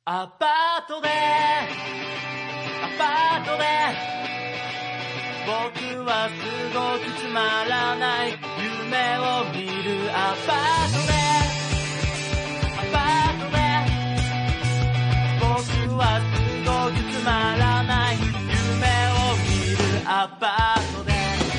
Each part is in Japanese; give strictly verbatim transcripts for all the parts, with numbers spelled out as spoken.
アパートでアパートで僕はすごくつまらない夢を見るアパートでアパートで僕はすごくつまらない夢を見るアパートで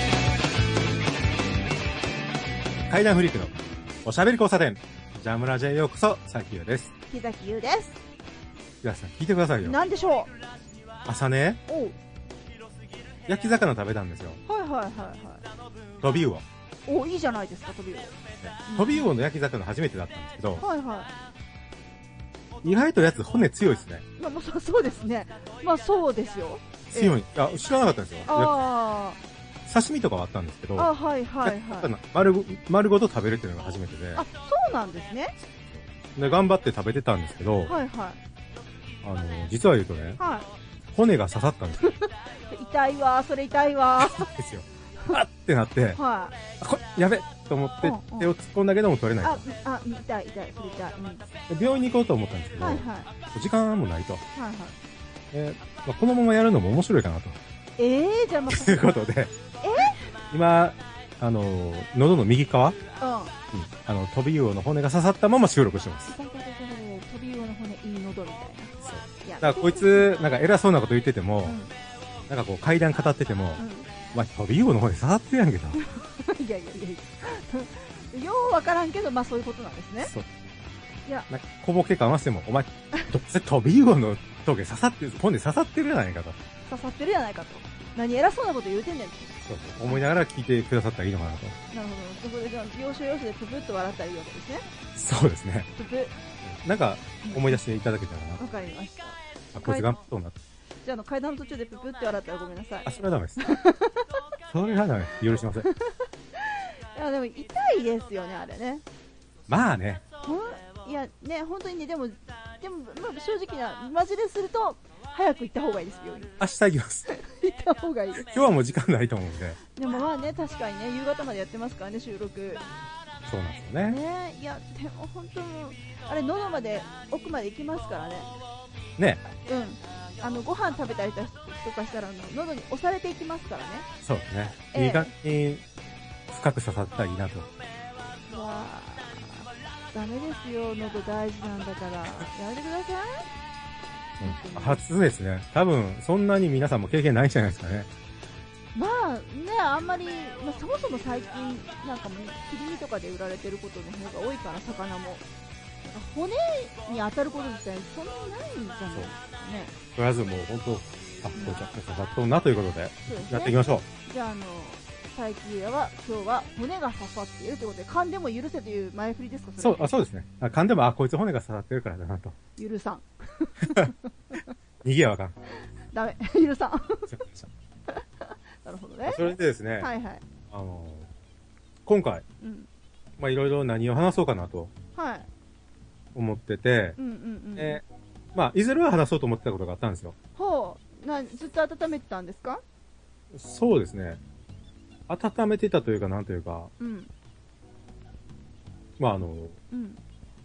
階段フリークのおしゃべり交差点ジャムラジへようこそ。さきゆうです。 木崎優です。 皆さん聞いてくださいよ。 なんでしょう。 朝ね、 おう、 焼き魚食べたんですよ。 はいはいはいはい。 飛び魚。 お、いいじゃないですか、飛び魚。 飛び魚の焼き魚初めてだったんですけど、 はいは意外とやつ骨強いですね。 い。まあ、まあ、そうそうですね。まあそうですよ。 強い。いや、知らなかったんですよ。 あ刺身とかはあったんですけど、 あ、あ、はいはいはい。 丸ご、丸ごと食べるっていうのが初めてで、 あ、そうなんですね。 で頑張って食べてたんですけど、 はいはい。 あの、実は言うとね、 は骨が刺さったんですよ。 い。痛いわ、それ痛いわ。 ですよ。あってなって、 はい。 あこれやべと思ってうんうん手を突っ込んだけども取れないあ、あ、痛い痛い、それ痛い。うん。はいと。病院に行こうと思ったんですけど、 はい。 時間もないと。 はいはい。 えーまあ、このままやるのも面白いかなと。 ええー、じゃあまということで、今、あのー、喉の右側、うん、 あ、 あの、飛び魚の骨が刺さったまま収録してます。 うん。飛び魚の骨、いい喉みたいな。 そう。 いやだからこいつ、なんか偉そうなこと言ってても、 うん。 なんかこう階段語ってても、 うん。 まあ、飛び魚の骨刺さってるやんけど。 いやいやいやいや。ようわからんけど、まあそういうことなんですね。 そう。 いや、 なんか小ボケかましても、お前、どうせ飛び魚のトゲ刺さってる、骨刺さってるじゃないかと。 刺さってるやないかと。何偉そうなこと言うてんねんと。 そうそう思いながら聞いてくださったらいいのかなと。 なるほど。そこでじゃあ、要所要所でププッと笑ったらいいわけですね。 そうですね。 ププ。 なんか、思い出していただけたらな。 わかりました。 あ、こいつ頑張っとうな。 じゃあ、あの、階段の途中でププって笑ったらごめんなさい。 あ、それはダメです。それはダメ。許しません。 いや、でも痛いですよね、あれね。 まあね。 ほんいや、ね、本当にね、でも、でも、まあ、正直な、マジですると、早く行った方がいいですよ。 明日行きます。 行った方がいい。 今日はもう時間ないと思うんで。 でもまあね、確かにね、夕方までやってますからね、収録。 そうなんですよね。 ね、いや、でも本当もう、あれ、喉まで、奥まで行きますからね。 ね。 うん。あの、ご飯食べたりとかしたら、あの喉に押されていきますからね。 そうですね。 ええいい感じに深く刺さったらいいなと。 うわー、ダメですよ、喉大事なんだから。やめてください。 うん、初ですね。多分、そんなに皆さんも経験ないんじゃないですかね。 まあね、あんまり、まあ、そもそも最近、なんかもう、切り身とかで売られてることの方が多いから、魚も。骨に当たること自体そんなにないんじゃないですかね。 とりあえずもう本当、あ、到着刺さっとんなということで、 そうですね。 やっていきましょう。 じゃあ、あの、佐伯優也は今日は骨が刺さっているということで、勘でも許せという前振りですか、 そう、 れあ、そうですね。あ、噛んでも、あ、こいつ骨が刺さってるからだなと。 許さん。 逃げやわかん。 ダメ。許さん。 すいませんなるほどね。 それでですね、 はいはい。 あの、今回、 うん。 まあいろいろ何を話そうかなとはい。 思ってて、 うんうんうん。 で、まあいずれは話そうと思ってたことがあったんですよ。 ほう。な、ずっと温めてたんですか？ そうですね。温めてたというか、なんというか、 うん。 まああの、 うん。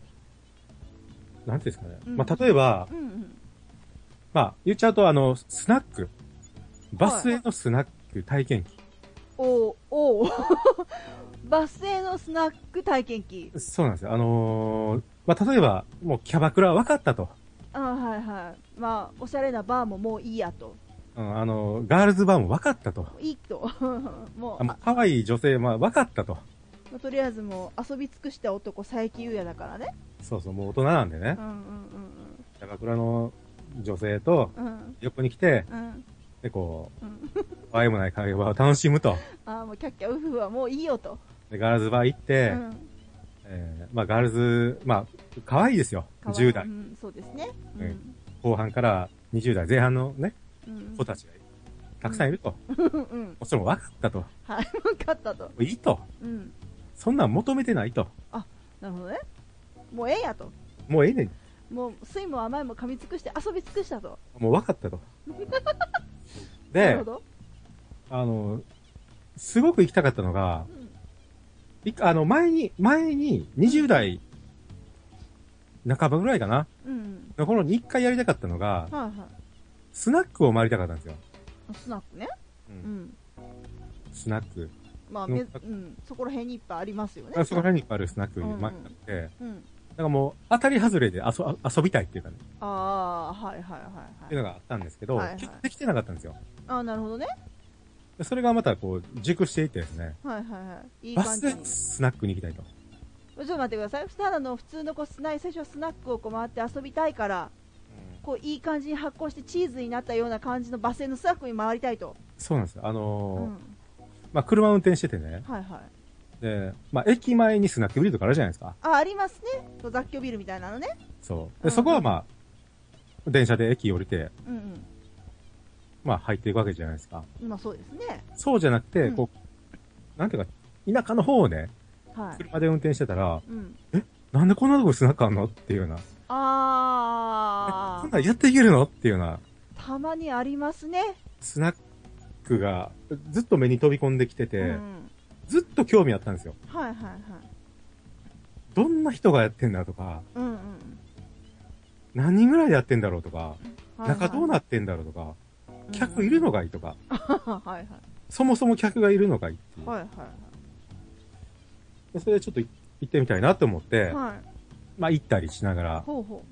なんていうんですかね。 うんまあ例えば、 うんうん。 まあ言っちゃうとあの、スナック。バスへのスナック体験記。 おう、おう。バスへのスナック体験記。 そうなんですよ。あのー、まあ例えば、もうキャバクラ分かったと。 あはいはい。まあ、おしゃれなバーももういいやと。 うん、あの、ガールズバーも分かったと。 いいと。もう、 あの可愛い女性も分かったと。 まあとりあえずもう遊び尽くした男、佐伯優也だからね。 そうそう、もう大人なんでねう。んうんキャバクラの女性とうんうん。うん横に来て、 うんで、こう、 うん。 可愛いもない会話を楽しむと。 ああ、もうキャッキャウフフはもういいよと。 で、ガールズバー行っうて、 ん。 えー、まあガールズ、まあ、可愛いですよ。 かわいいじゅう代う。ん、そうですね。ううんん。 後半からにじゅう代前半のね、 うん。 子たちがたくさんいると。 うん。 もちろん分かったと。 はい、分かったと。 いいと。 うん。 そんなん求めてないと。 なるほどね。もうええやと。 もうええねん。 もう、酸いも甘いも噛み尽くして遊び尽くしたと。 もう分かったと。でなるほ、ど。 あの、すごく行きたかったのが、 うん。 いあの、前に、前ににじゅう代半ばぐらいかな。 うんうん。 の頃に一回やりたかったのが、 はいはい。 スナックを回りたかったんですよ。 スナックね。 う。 うんん。 スナック。 まあ、 のめうん。そこら辺にいっぱいありますよね。 あそこら辺にあるスナックに回りたくて、だうん。 からもう当たり外れで遊遊びたいっていうかね、 ああ、はいはいはいはい。 っていうのがあったんですけど、 はいはい結局できてなかったんですよ。 ああ、なるほどね。 でそれがまたこう、熟していってですね、 はいはいはい。いいバス感じに。 でスナックに行きたいと。 ちょっと待ってください。ただの普通のこうスナイ最初はスナックをこう回って遊びたいから、こういい感じに発酵してチーズになったような感じのバス停のスナックに回りたいと。 そうなんですよ。あうのーん。 まあ、車運転しててね、 はいはい。 で、まあ、駅前にスナックビルとかあるじゃないですか。 あ、ありますね。そう雑居ビルみたいなのね。 そう。 うんで、そこはまあ、電車で駅降りて、 うんまあ、入っていくわけじゃないですか。 うん。まあそうですね。 そうじゃなくて、 うんこう、なんていうか、田舎の方をね、 はい。 車で運転してたら、 うん。 なんでこんなとこスナックあんのっていうような、 あこんなんやっていけるのっていうような、 ー、たまにありますね。 スナックがずっと目に飛び込んできてて、 うん。 ずっと興味あったんですよ。 はいはいはい。 どんな人がやってんだとか、 うんうん。 何人ぐらいでやってんだろうとか、 はいはい中どうなってんだろうとか、客いるのかいとか、 はいはい。 そもそも客がいるのかいっていう。 はいはいでそれでちょっと行ってみたいなと思って、 はい。はい。 まあ行ったりしながら、 ほうほ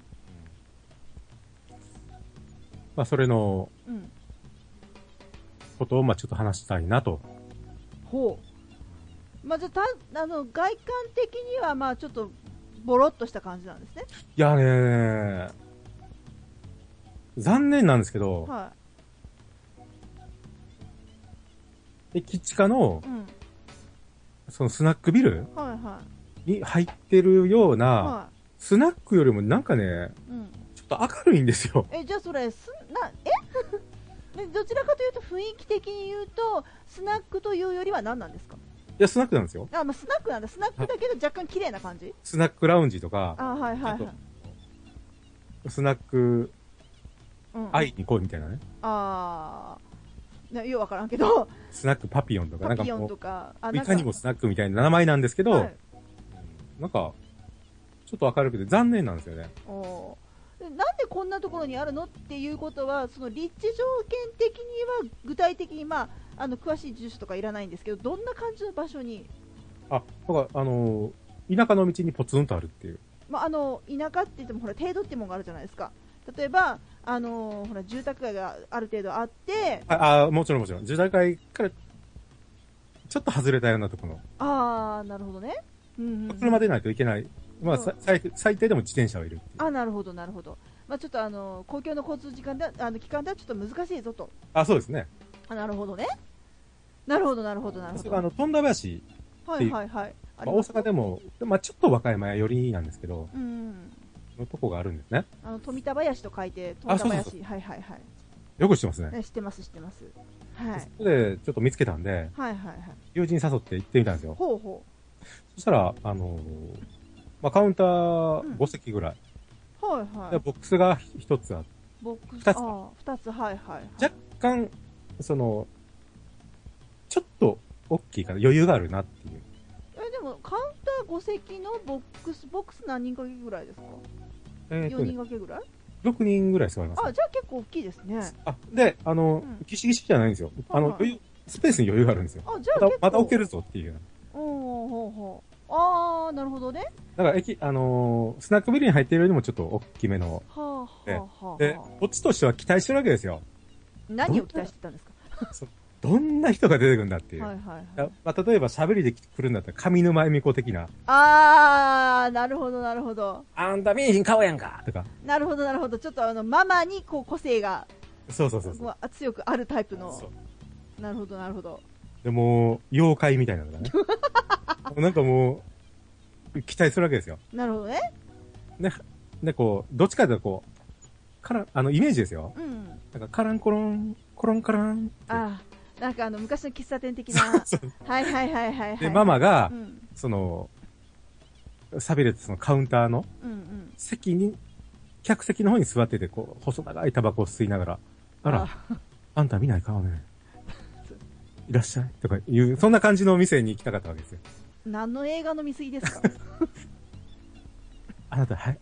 まあそれのう。うん。 ことをまあちょっと話したいなと。 ほう。まあ、じゃあた、あの、外観的には、まあ、ちょっと、ボロっとした感じなんですね。 いやね残念なんですけど、 は駅地下のい。、うん。 そのスナックビルはいはい。 に入ってるような、 はスナックよりもなんかね、 い。うん。 ちょっと明るいんですよ。 え、じゃあそれ、す、な、えでどちらかというと、雰囲気的に言うと、スナックというよりは何なんですか？ いや、スナックなんですよ。 あ、まあ、スナックなんだ。スナックだけど若干綺麗な感じ？ スナックラウンジとか、 あ、はいはいはい。 スナックうん、 会いに来いみたいなね。 あー、ね、ようわからんけど、 スナックパピオンとか、なんかパピオンもとか、あ、 う、いかにもスナックみたいな名前なんですけど、 はいなんか、ちょっと明るくて残念なんですよね。 おーでなんでこんなところにあるのっていうことは、その立地条件的には具体的に、まあ、あの詳しい住所とかいらないんですけど、どんな感じの場所に、 あ、だから、あのー田舎の道にポツンとあるっていう。 まあ、あの田舎って言ってもほら程度ってものがあるじゃないですか。例えば、あのほら住宅街がある程度あって、 あ、あもちろんもちろん。住宅街から、ちょっと外れたようなところ。 あー、なるほどね。うんうんうん車でないといけない。まあ、 うんさ最最低でも自転車はいるっていう。 あ、なるほど、なるほど。まあ、ちょっとあの公共の交通時間であの期間ではちょっと難しいぞと。 あ、そうですね。 あ、なるほどね。なるほど、なるほど、なるほど。 それがあの、富田林、 はいはいはい。あまあ、大ります阪でも、まあ、ちょっと和歌山寄りなんですけど、 うんうん。 のとこがあるんですね。 あの富田林と書いて富田あそうそう林、はいはいはい。 よく知ってますね。 ね知ってます知ってます。はいそこでちょっと見つけたんで、 はいはいはい。 友人誘って行ってみたんですよ。 ほうほそしたら、あのーまあ、カウンターご席ぐらい。 う。はいはい。 でボックスが一つあって、 ボックス二つあ二つはいはいはい。 若干、その、ちょっと大きいから余裕があるなっていう。 えでもカウンターご席のボックスボックス何人掛けぐらいですか？よにんえーとね、 掛けぐらい？ ろくにんぐらい座ります、 あじゃあ結構大きいですね。 あ、で、あの、 うんギシギシじゃないんですよ。あの、 はいはい余裕、スペースに余裕があるんですよ。 あじゃあ結構まだ、まだ置けるぞっていう。 おおほうほう。ああなるほどね。 だから、駅、あのースナックビルに入っているよりもちょっと大きめの。 はあはあはあ、はあ。 で、こっちとしては期待してるわけですよ。 何を期待してたんですか？ どんな人が出てくるんだっていう。 はいはいはい。 だまあ、例えば喋りで来るんだったら上沼恵美子的な、 あー、なるほど、なるほど。 あんた見えひん顔やんかとか。 なるほど、なるほど。ちょっとあの、ママにこう個性がそうそうそうそう。 こう強くあるタイプのそ。うなるほど、なるほど。 でも、妖怪みたいなのがね。もうなんかもう、期待するわけですよ。 なるほどね。 で、で、こう、どっちかというとこう、カラン、あの、イメージですよ。 うん。 なんか、カランコロン、コロンカランって。 あー、なんかあの、昔の喫茶店的な。 そうはいはいはいはい、はい。 で、ママがう、ん。 その、寂れてそのカウンターのうんうん。 席に、客席の方に座ってて、こう、細長いタバコを吸いながら、あら、あんた見ない顔ね。いらっしゃいとかいう、そんな感じのお店に行きたかったわけですよ。 何の映画の見過ぎですか？ あなた、はい、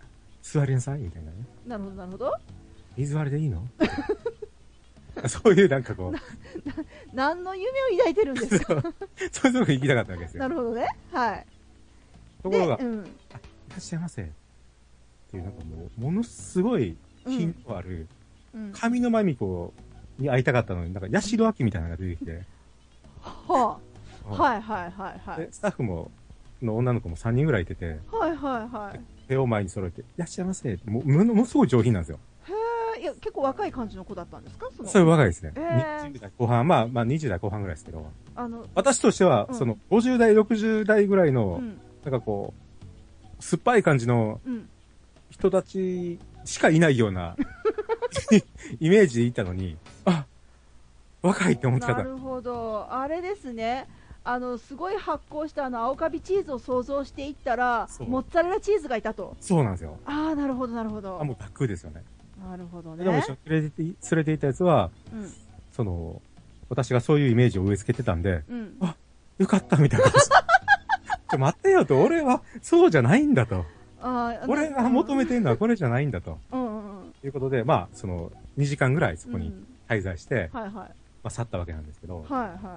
座りなさいみたいなね。 なるほど、なるほど。 水割りでいいのそういうなんかこう。 何の夢を抱いてるんですか？ そういうとこ行きたかったわけですよ。 なるほどね。はい。 ところが、 うん、 あ、いらっしゃいませ。っていう、なんかもう、ものすごい品のある、うん、上沼恵美子に会いたかったのに、なんか、八代亜紀みたいなのが出てきて。 はあ、はいはいはいはい。 で、スタッフも、の女の子もさんにんぐらいいてて、 はいはいはい。 手を前に揃えて、いらっしゃいませ。もう、ものすごい上品なんですよ。 へえ、いや、結構若い感じの子だったんですか？そのそういう若いですね。 えー、 にじゅう代後半、まあ、まあにじゅう代後半ぐらいですけど、 あの、 私としては、うん、その、ごじゅう代、ろくじゅう代ぐらいの、うん、なんかこう、酸っぱい感じの、人たちしかいないような、イメージでいたのに、あ、若いって思っちゃった。 なるほど。あれですね。あの、すごい発酵したあの、青カビチーズを想像していったら、モッツァレラチーズがいたと。 そうなんですよ。 ああ、なるほど、なるほど。 あ、もう楽ですよね。 なるほどね。 でも一緒に連れて、連れて行ったやつは、うん、その、私がそういうイメージを植え付けてたんで、うん、あ、よかったみたいな感じ。ちょ、待ってよと、俺はそうじゃないんだと。あ、俺が求めてるのはこれじゃないんだと。うんうんうん。ということで、まあ、その、にじかんぐらいそこに滞在して、うん、はいはい。まあ、去ったわけなんですけど。はいはい。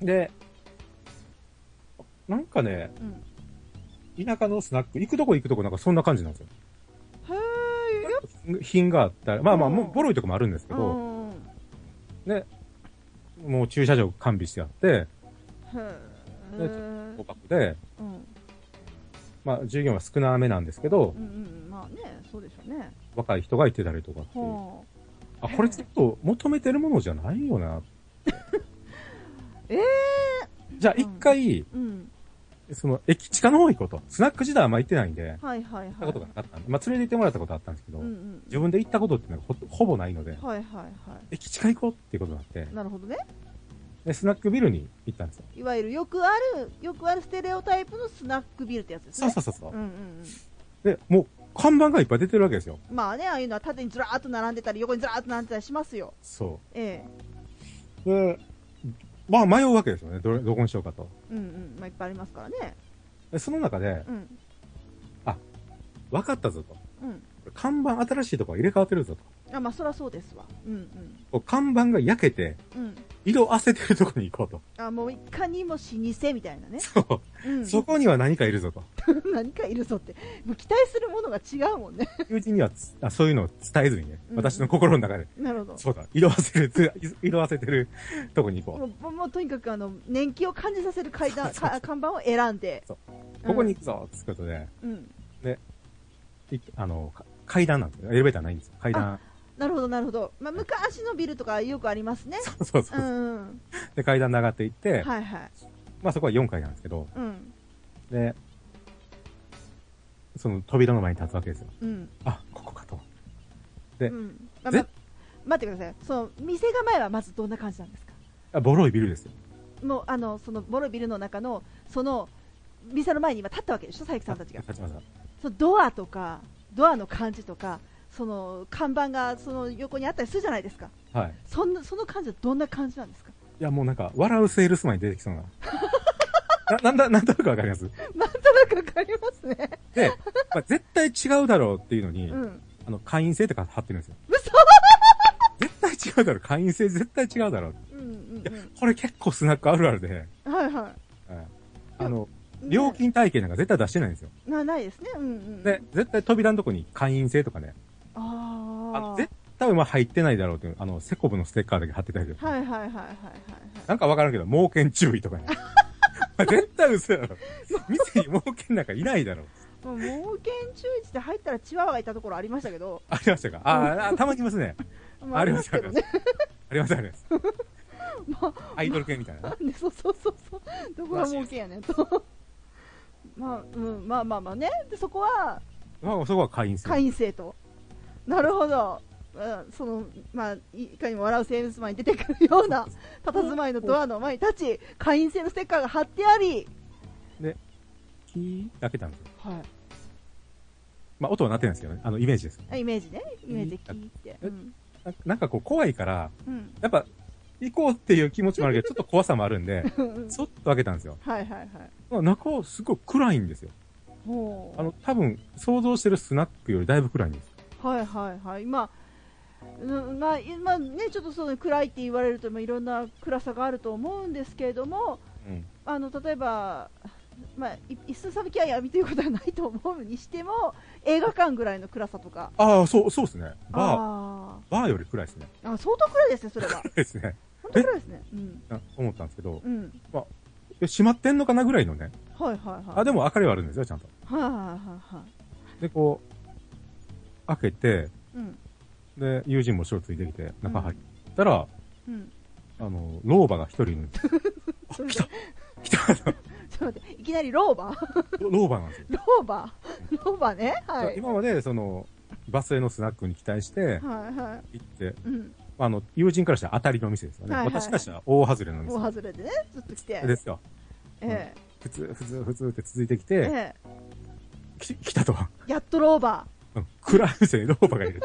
で、なんかね、うん、田舎のスナック、行くとこ行くとこなんかそんな感じなんですよ。へー。品があったら、まあまあ、もうボロいとこもあるんですけど、うん、ね、もう駐車場完備してあって、へー。で、高額で、うん、まあ、従業員は少なめなんですけど、うんうん、まあね、そうでしょうね。若い人がいてたりとかっていう。あ、これちょっと求めてるものじゃないよなって。ええー。じゃあ一回、うん、その駅地下の方行こうと。スナック時代はあんま行ってないんで、はいはいはい。行ったことがなかったんで、まあ連れて行ってもらったことあったんですけど、うんうん、自分で行ったことっていうのは ほ, ほぼないので、はいはいはい。駅地下行こうっていうことになって、なるほどね。で、スナックビルに行ったんですよ。 いわゆるよくある、よくあるステレオタイプのスナックビルってやつですね。 そうそうそうそう。うんうんうん。で、もう、看板がいっぱい出てるわけですよ。 まあね、ああいうのは縦にずらーっと並んでたり、横にずらーっと並んでたりしますよ。そう。ええ。で、まあ迷うわけですよね。どれ、どこにしようかと。 うんうん。まあいっぱいありますからね。 で、その中で、うん、あ、分かったぞと。うん。看板新しいところ入れ替わってるぞと。 あ、まあそりゃそうですわ。うんうん。看板が焼けて、うん。色あせてるところに行こうと。 あ、もういかにも老舗みたいなね。 そう。うん、そこには何かいるぞと。 何かいるぞって。もう期待するものが違うもんね。 友人にはあそういうのを伝えずにね、うん、私の心の中で。なるほど。そうだ。色あせる、色あせてるとこに行こう。 もう、もうとにかくあの、年季を感じさせる階段、そうそうそう看板を選んで。そう。 ここに行くぞってことで。うん。で、あの、階段なんですよ。エレベーターないんですよ。階段。 なるほど、なるほど。まあ、昔のビルとかよくありますね。 そうそうそう。うんうん、で、階段で上がっていって、はいはい。まあそこはよんかいなんですけど、うん。で、その扉の前に立つわけですよ。うん。あ、ここかと。で、うん。 まあ、ま、待ってください。その、店構えはまずどんな感じなんですか？ あ、ボロいビルですよ。 もう、あの、その、ボロいビルの中の、その、店の前に今立ったわけでしょ、佐伯さんたちが。立ちました。そのドアとか、ドアの感じとか、その看板がその横にあったりするじゃないですか。はい。そんな、その感じはどんな感じなんですか？ いや、もうなんか、笑うセールスマンに出てきそうな。な、なんだ、なんとなくわかります？ なんとなくわかりますね。 で、まあ、絶対違うだろうっていうのに、うん、あの、会員制とか貼ってるんですよ。 嘘絶対違うだろう、会員制絶対違うだろう。うんうんうん。これ結構スナックあるあるで。はいはい。はい、あの、料金体系なんか絶対出してないんですよ。 な、ないですね。うんうん。 で、絶対扉のとこに会員制とかね。ああ。絶対まあ入ってないだろうっていう、あの、セコブのステッカーだけ貼ってたりとか。はいはいはいはいはい。なんかわからんけど、猛犬注意とかね。絶対嘘やろ。店に猛犬なんかいないだろう。 もう猛犬注意って入ったらチワワがいたところありましたけど。 ありましたか？ああ、たまにいますね。ありますあります。ありますあります。まあ、アイドル系みたいな。 そうそうそうそう。どこが猛犬やねんと。まあ、うん、まあまあまあね。で、そこは、 まあ、そこは会員制。 会員制と。なるほど。うん、その、まあ、いかにも笑うセールスマンに出てくるような、佇まいのドアの前に立ち、会員制のステッカーが貼ってあり、 で、キー開けたんですよ。はい。まあ、音は鳴ってないんですけどね。あの、イメージです。 あ、イメージね。イメージでキーって。うん、 な, なんかこう、怖いから、うん、やっぱ、行こうっていう気持ちもあるけど、ちょっと怖さもあるんで、そっと開けたんですよ。はいはいはい。中、すごい暗いんですよ。 ほう。 あの、多分、想像してるスナックよりだいぶ暗いんです。 はいはいはい。まあ、うん、まあ、まあね、ちょっとそう暗いって言われると、まあ、いろんな暗さがあると思うんですけれども、うん、あの例えば、まあ、一寸先は闇ということはないと思うにしても、映画館ぐらいの暗さとか。 ああ、そう、そうですね。バー、バーより暗いですね。 あ、相当暗いですね、それは。 暗いですね。 本当暗いですね。うん。 思ったんですけど、 うん。 まあ、閉まってんのかなぐらいのね。 はいはいはい。 あ、でも明かりはあるんですよ、ちゃんと。 はいはいはいはい。 で、こう、開けて、 うん。 で、友人も後ろついてきて、中入ったら、 うん。 あの、老婆が一人いるんですよ。あ、来た来たちょっと待って、いきなり老婆老婆なんですよ。 老婆老婆ね。はい。 今まで、その、バスへのスナックに期待して、はいはい。行って、うん。あの、友人からしたら当たりの店ですよね。はいはいはい、私からしたら大外れの店。 大外れでね、ずっと来て。 ですよ。 ええ、 うん。普通、普通、普通って続いてきて、ええ、き来たと。 やっと老婆。 うん。暗い店に老婆がいる。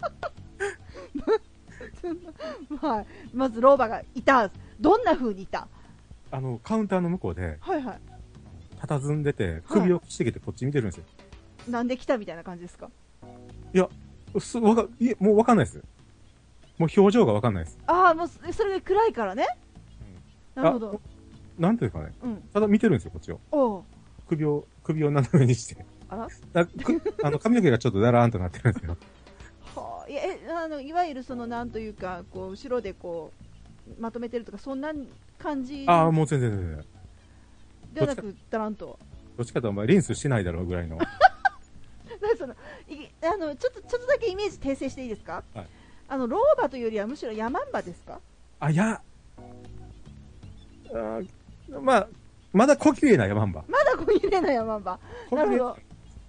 はい。まず老婆がいた。どんな風にいた？ あの、カウンターの向こうで、 はいはい。 佇んでて、首をしてきてこっち見てるんですよ。 なんで来たみたいな感じですか？ いや、す、わか、いえ、もうわかんないです。もう表情がわかんないです。 ああ、もう、それが暗いからね。うん、なるほど。 なんていうかね、うん、ただ見てるんですよ、こっちを。 お首を、首を斜めにして。 あらだあの、髪の毛がちょっとだらーんとなってるんですよ。 はあ、いや、え、あの、いわゆるその、なんというか、こう、後ろでこう、まとめてるとか、そんな感じ。 ああ、もう全然全然。 ではなく、だらんと。 どっちかとお前、リンスしないだろうぐらいの。 そのいあのちょっと、ちょっとだけイメージ訂正していいですか？はい。あの、老婆というよりはむしろヤマンバですか？ あ、いや。あまあ、まだ小綺麗なヤマンバ。 まだ小綺麗なヤマンバ。なるほど。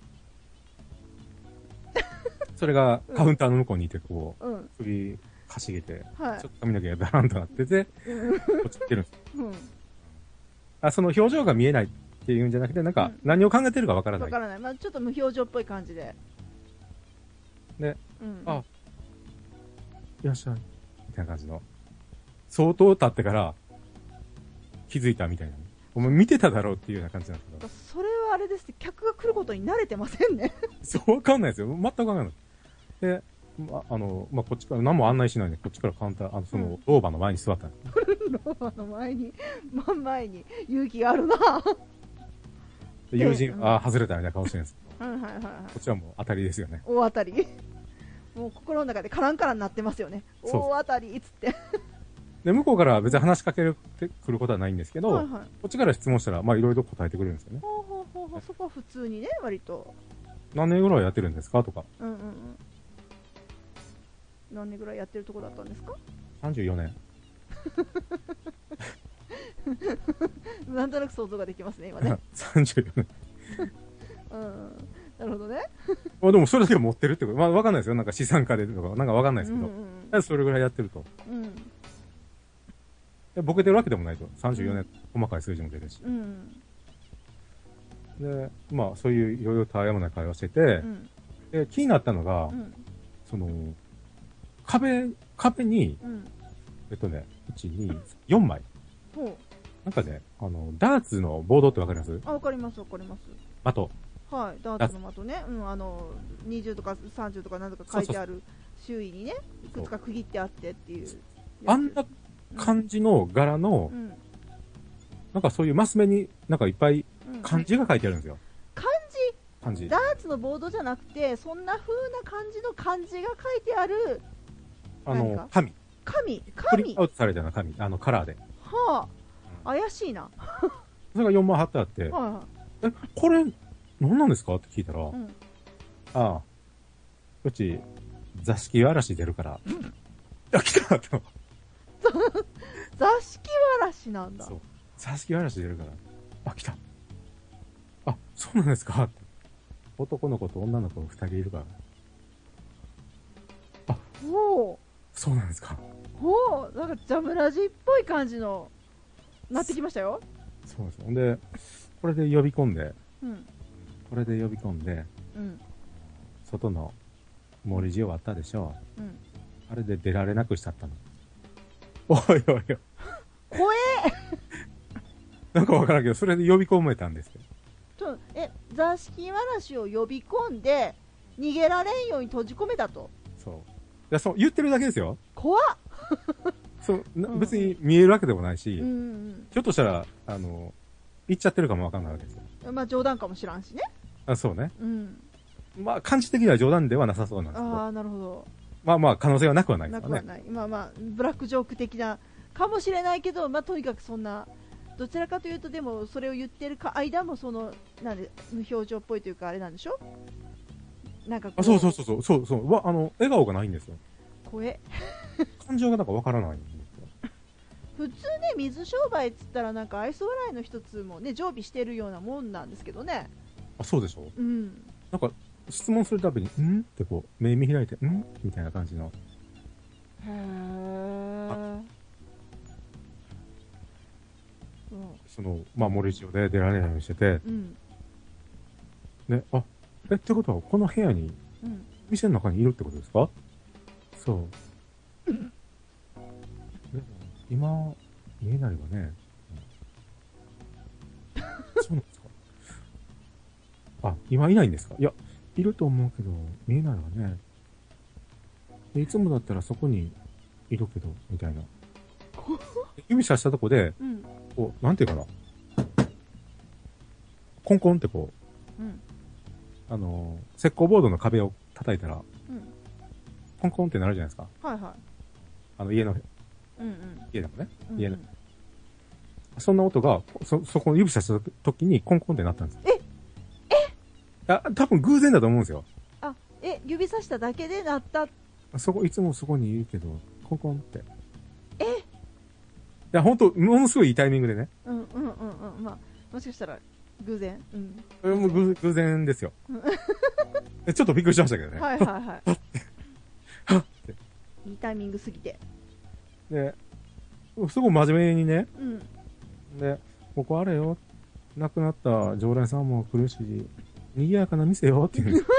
それがカウンターの向こうにいて、こう、うん、首かしげて、はい、ちょっと髪の毛がダランとなってて、うん、こっち来てるんです。うん、あ、その表情が見えないっていうんじゃなくて、なんか、何を考えてるかわからない。 わからない。まあちょっと無表情っぽい感じで。 で、うん、あ、いらっしゃい。みたいな感じの。相当経ってから気づいたみたいな。お前見てただろうっていうような感じなんですけど。 それはあれですね、客が来ることに慣れてませんね。 そう、わかんないですよ。全くわかんない。で、ま、あの、まあ、こっちから、何も案内しないで、こっちからカウンター、あの、その、うん、老婆の前に座ったんです。 老婆の前に、真ん前に、勇気があるなで友人、うん、ああ、外れたみたいな顔してるんですけど。 はいはいはい、はい。 こっちはもう当たりですよね。 大当たり。もう心の中でカランカランになってますよね。大当たりっつって。 で、向こうからは別に話しかけてくることはないんですけど、はいはい、こっちから質問したら、まあいろいろ答えてくれるんですよね。 ほうほうほうほう、そこは普通にね、割と。 何年ぐらいやってるんですかとか。 うんうんうん。何年ぐらいやってるとこだったんですか？ さんじゅうよねん。なんとなく想像ができますね、今ね。 さんじゅうよねん。 うん。なるほどね。 まあでもそれだけ持ってるってこと。まあわかんないですよ。なんか資産家でとか、なんかわかんないですけど。うんうん、それぐらいやってると。うん。ボケてるわけでもないと。さんじゅうよねん、うん、細かい数字も出るし。うん、で、まあそういういろいろたわやもない会話してて、うん、で気になったのが、うん、その、壁、壁に、うん、えっとね、いち、に、よんまい。ほう。なんかね、あの、ダーツのボードってわかります？ あ、わかりますわかります。 的。 はい、ダーツの的ね。うん、あの、にじゅうとかさんじゅうとか何とか書いてある周囲にね、いくつか区切ってあってっていう。 あんな感じの柄の、うん、なんかそういうマス目になんかいっぱい漢字が書いてあるんですよ。 漢字？漢字。ダーツのボードじゃなくて、そんな風な感じの漢字が書いてある、 あの、紙。 紙紙プリントアウトされたような紙、あの、カラーで。 はあ、うん、怪しいな。 それがよんまい貼ってあって、はいはい、え、これ、何なんですかって聞いたら、うん、ああ、うち、座敷わらし出るから、うん、いや、来たと。 座敷わらしなんだ。そう。 座敷わらし出るから、あ、来た。あ、そうなんですかって。男の子と女の子二人いるから。あ、 おー。 そうなんですか。 おー、なんかジャムラジっぽい感じの、なってきましたよ。 そうですよ。で、これで呼び込んで、うん、これで呼び込んで、うん、外の森地終わったでしょう、うん、あれで出られなくしちゃったの。おいおいおい。 怖えなんかわからんけど、それで呼び込めたんですよ。 ちょえ、 座敷わらしを呼び込んで、逃げられんように閉じ込めたと。 そう。いや、そう、言ってるだけですよ。 怖っそう、 うん、 別に見えるわけでもないし、 うんうん、 ひょっとしたら、あの、言っちゃってるかもわかんないわけですよ。 まあ冗談かもしらんしね。 あ、そうね。 うん。 まあ、感じ的には冗談ではなさそうなんですけど。 ああ、なるほど。 まあまあ、可能性はなくはないですからね。 なくはない。まあまあ、ブラックジョーク的な、かもしれないけど、まあとにかくそんな、どちらかというと、でもそれを言ってるか間も、その、なんで、無表情っぽいというか、あれなんでしょなんかこう。 あ、そうそうそうそう、そうそう、わ、あの、笑顔がないんですよ。 声。 感情がなんかわからないんですよ。 普通ね、水商売っつったらなんか愛想笑いの一つもね、常備してるようなもんなんですけどね。 あ、そうでしょうん。 なんか、質問するたびに、んってこう、目見開いて、んみたいな感じの。 へー。 その、まあ、森町で出られないようにしてて、 うん。 ね、あ、え、ってことは、この部屋に、 うん。 店の中にいるってことですか？そう。でも、今、見えないわね。うん、そうなんですか？あ、今いないんですか？いや、いると思うけど、見えないわね。でいつもだったらそこにいるけど、みたいな。指さしたとこで、 うん。 こう、なんていうかな。コンコンってこうん。 う、あのー、石膏ボードの壁を叩いたら、 うん。 コンコンってなるじゃないですか。 はいはい。 あの家の、 うんうん。 家でもね。 うんうん、 家の。そんな音が、そ、そこの指さした時にコンコンってなったんです。 ええあ、多分偶然だと思うんですよ。 あ、え、指さしただけで鳴った。 そこ、いつもそこにいるけど、コンコンって。 えいや、ほんと、ものすごいいいタイミングでね。 うんうんうんうん。まあ、もしかしたら、偶然。うん。 それも偶偶然ですよ。ちょっとびっくりしましたけどね。 はいはいはい。 はっって。 いいタイミングすぎて。 で、すごい真面目にね。 うん。 で、ここあれよ。亡くなった常連さんも来るし、賑やかな店よって言うんです。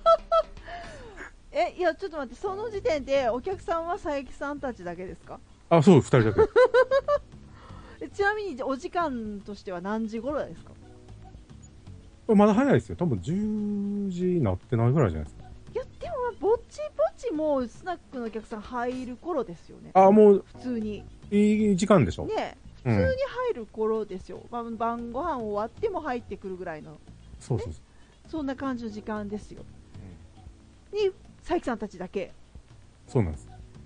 え、いや、ちょっと待って、その時点でお客さんは佐伯さんたちだけですか？ あ、そう、二人だけ。 えちなみにお時間としては何時頃ですか？ まだ早いですよ。多分じゅうじになってないぐらいじゃないですか。 いや、でも、ぼちぼちもうスナックのお客さん入る頃ですよね。 あ、もう、 普通に。 いい時間でしょ。 ね、普通に入る頃ですよ。まあ、晩ご飯終わっても入ってくるぐらいの。 そうそうそう。 そんな感じの時間ですよ。に、佐伯さんたちだけ。 そうなんです。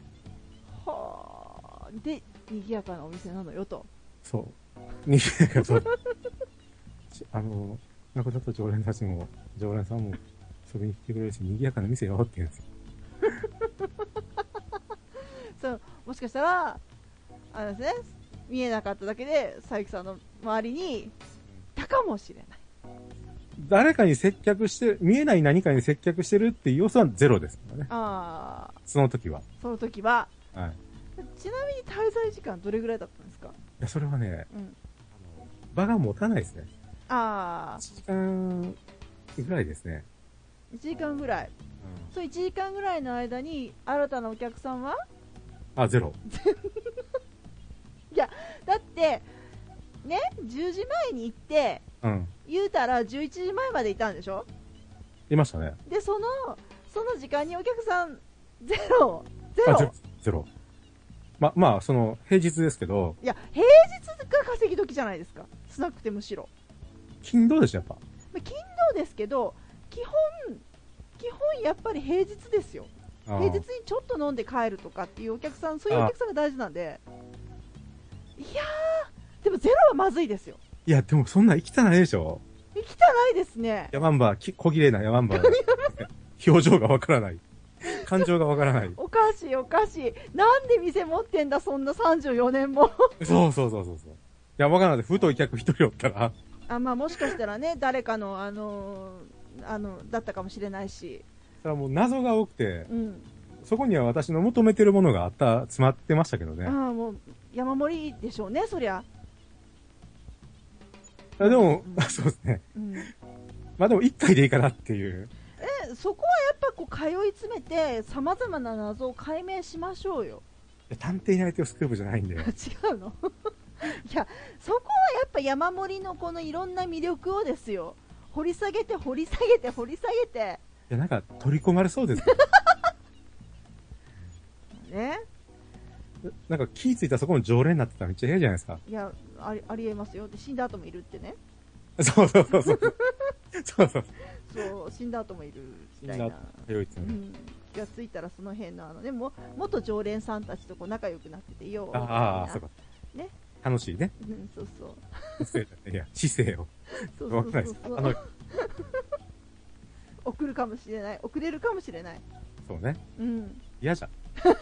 はあ。で、賑やかなお店なのよと。 そう。にぎやかそう。あの、亡くなった常連たちも、常連さんも遊びに来てくれるし、賑やかな店よって言うんですよ。 そう、もしかしたら、あれですね、見えなかっただけで、佐伯さんの周りにいたかもしれない。 誰かに接客して、見えない何かに接客してるっていう要素はゼロですからね。 ああ。 その時は。 その時は。 はい。 ちなみに滞在時間どれぐらいだったんですか？ いや、それはね、 うん、 あの場が持たないですね。 ああ。 いちじかんぐらいですね。 いちじかんぐらい。うん、そういちじかんぐらいの間に新たなお客さんはあ、ゼロ。 いや、だって、ね、じゅうじまえに行って、うん、言うたらじゅういちじまえまでいたんでしょ？ いましたね。 で、その、その時間にお客さん、ゼロ。ゼロ。 あ、ゼロ。ま、まあ、その、平日ですけど。 いや、平日が稼ぎ時じゃないですか。スナックってむしろ。 勤労でしょ、やっぱ。 まあ、勤労ですけど、基本、基本やっぱり平日ですよ。平日にちょっと飲んで帰るとかっていうお客さん、そういうお客さんが大事なんで。いやー、でもゼロはまずいですよ。 いや、でもそんな生きたないでしょ。 生きたないですね。 ヤマンバ、き小綺麗なヤマンバ。表情がわからない。感情がわからない。 おかしいおかしい。なんで店持ってんだ、そんなさんじゅうよねんも。 そうそうそうそう。いや、わからない。太い客一人おったら。 あ、まあもしかしたらね、誰かの、あのー、あの、だったかもしれないし。 それはもう謎が多くて、 うん、 そこには私の求めてるものがあった、詰まってましたけどね。 ああ、もう、山盛りでしょうね、そりゃ。 あでも、うん、そうですね。うん、まあでも一回でいいかなっていう。 え、そこはやっぱこう通い詰めて、様々な謎を解明しましょうよ。 いや、探偵ナイトスクープじゃないんで。 違うのいや、そこはやっぱ山盛りのこのいろんな魅力をですよ。 掘り下げて掘り下げて掘り下げて。 いや、なんか取り込まれそうですね。 なんか気ぃついたらそこの常連になってたらめっちゃ嫌じゃないですか。 いや、あり、ありえますよ。で、死んだ後もいるってね。 そうそうそうそう。そうそう。 そう、死んだ後もいるみたいな。 死んだ後いつもね。 うん。気がついたらその辺のあのね、も元常連さんたちとこう仲良くなっててよ。 ああ、そうか。 ね。 楽しいね。 うん、そうそう。 いや、姿勢を。 そうそうそうそう。 あの送るかもしれない。送れるかもしれない。 そうね。 うん。 嫌じゃん。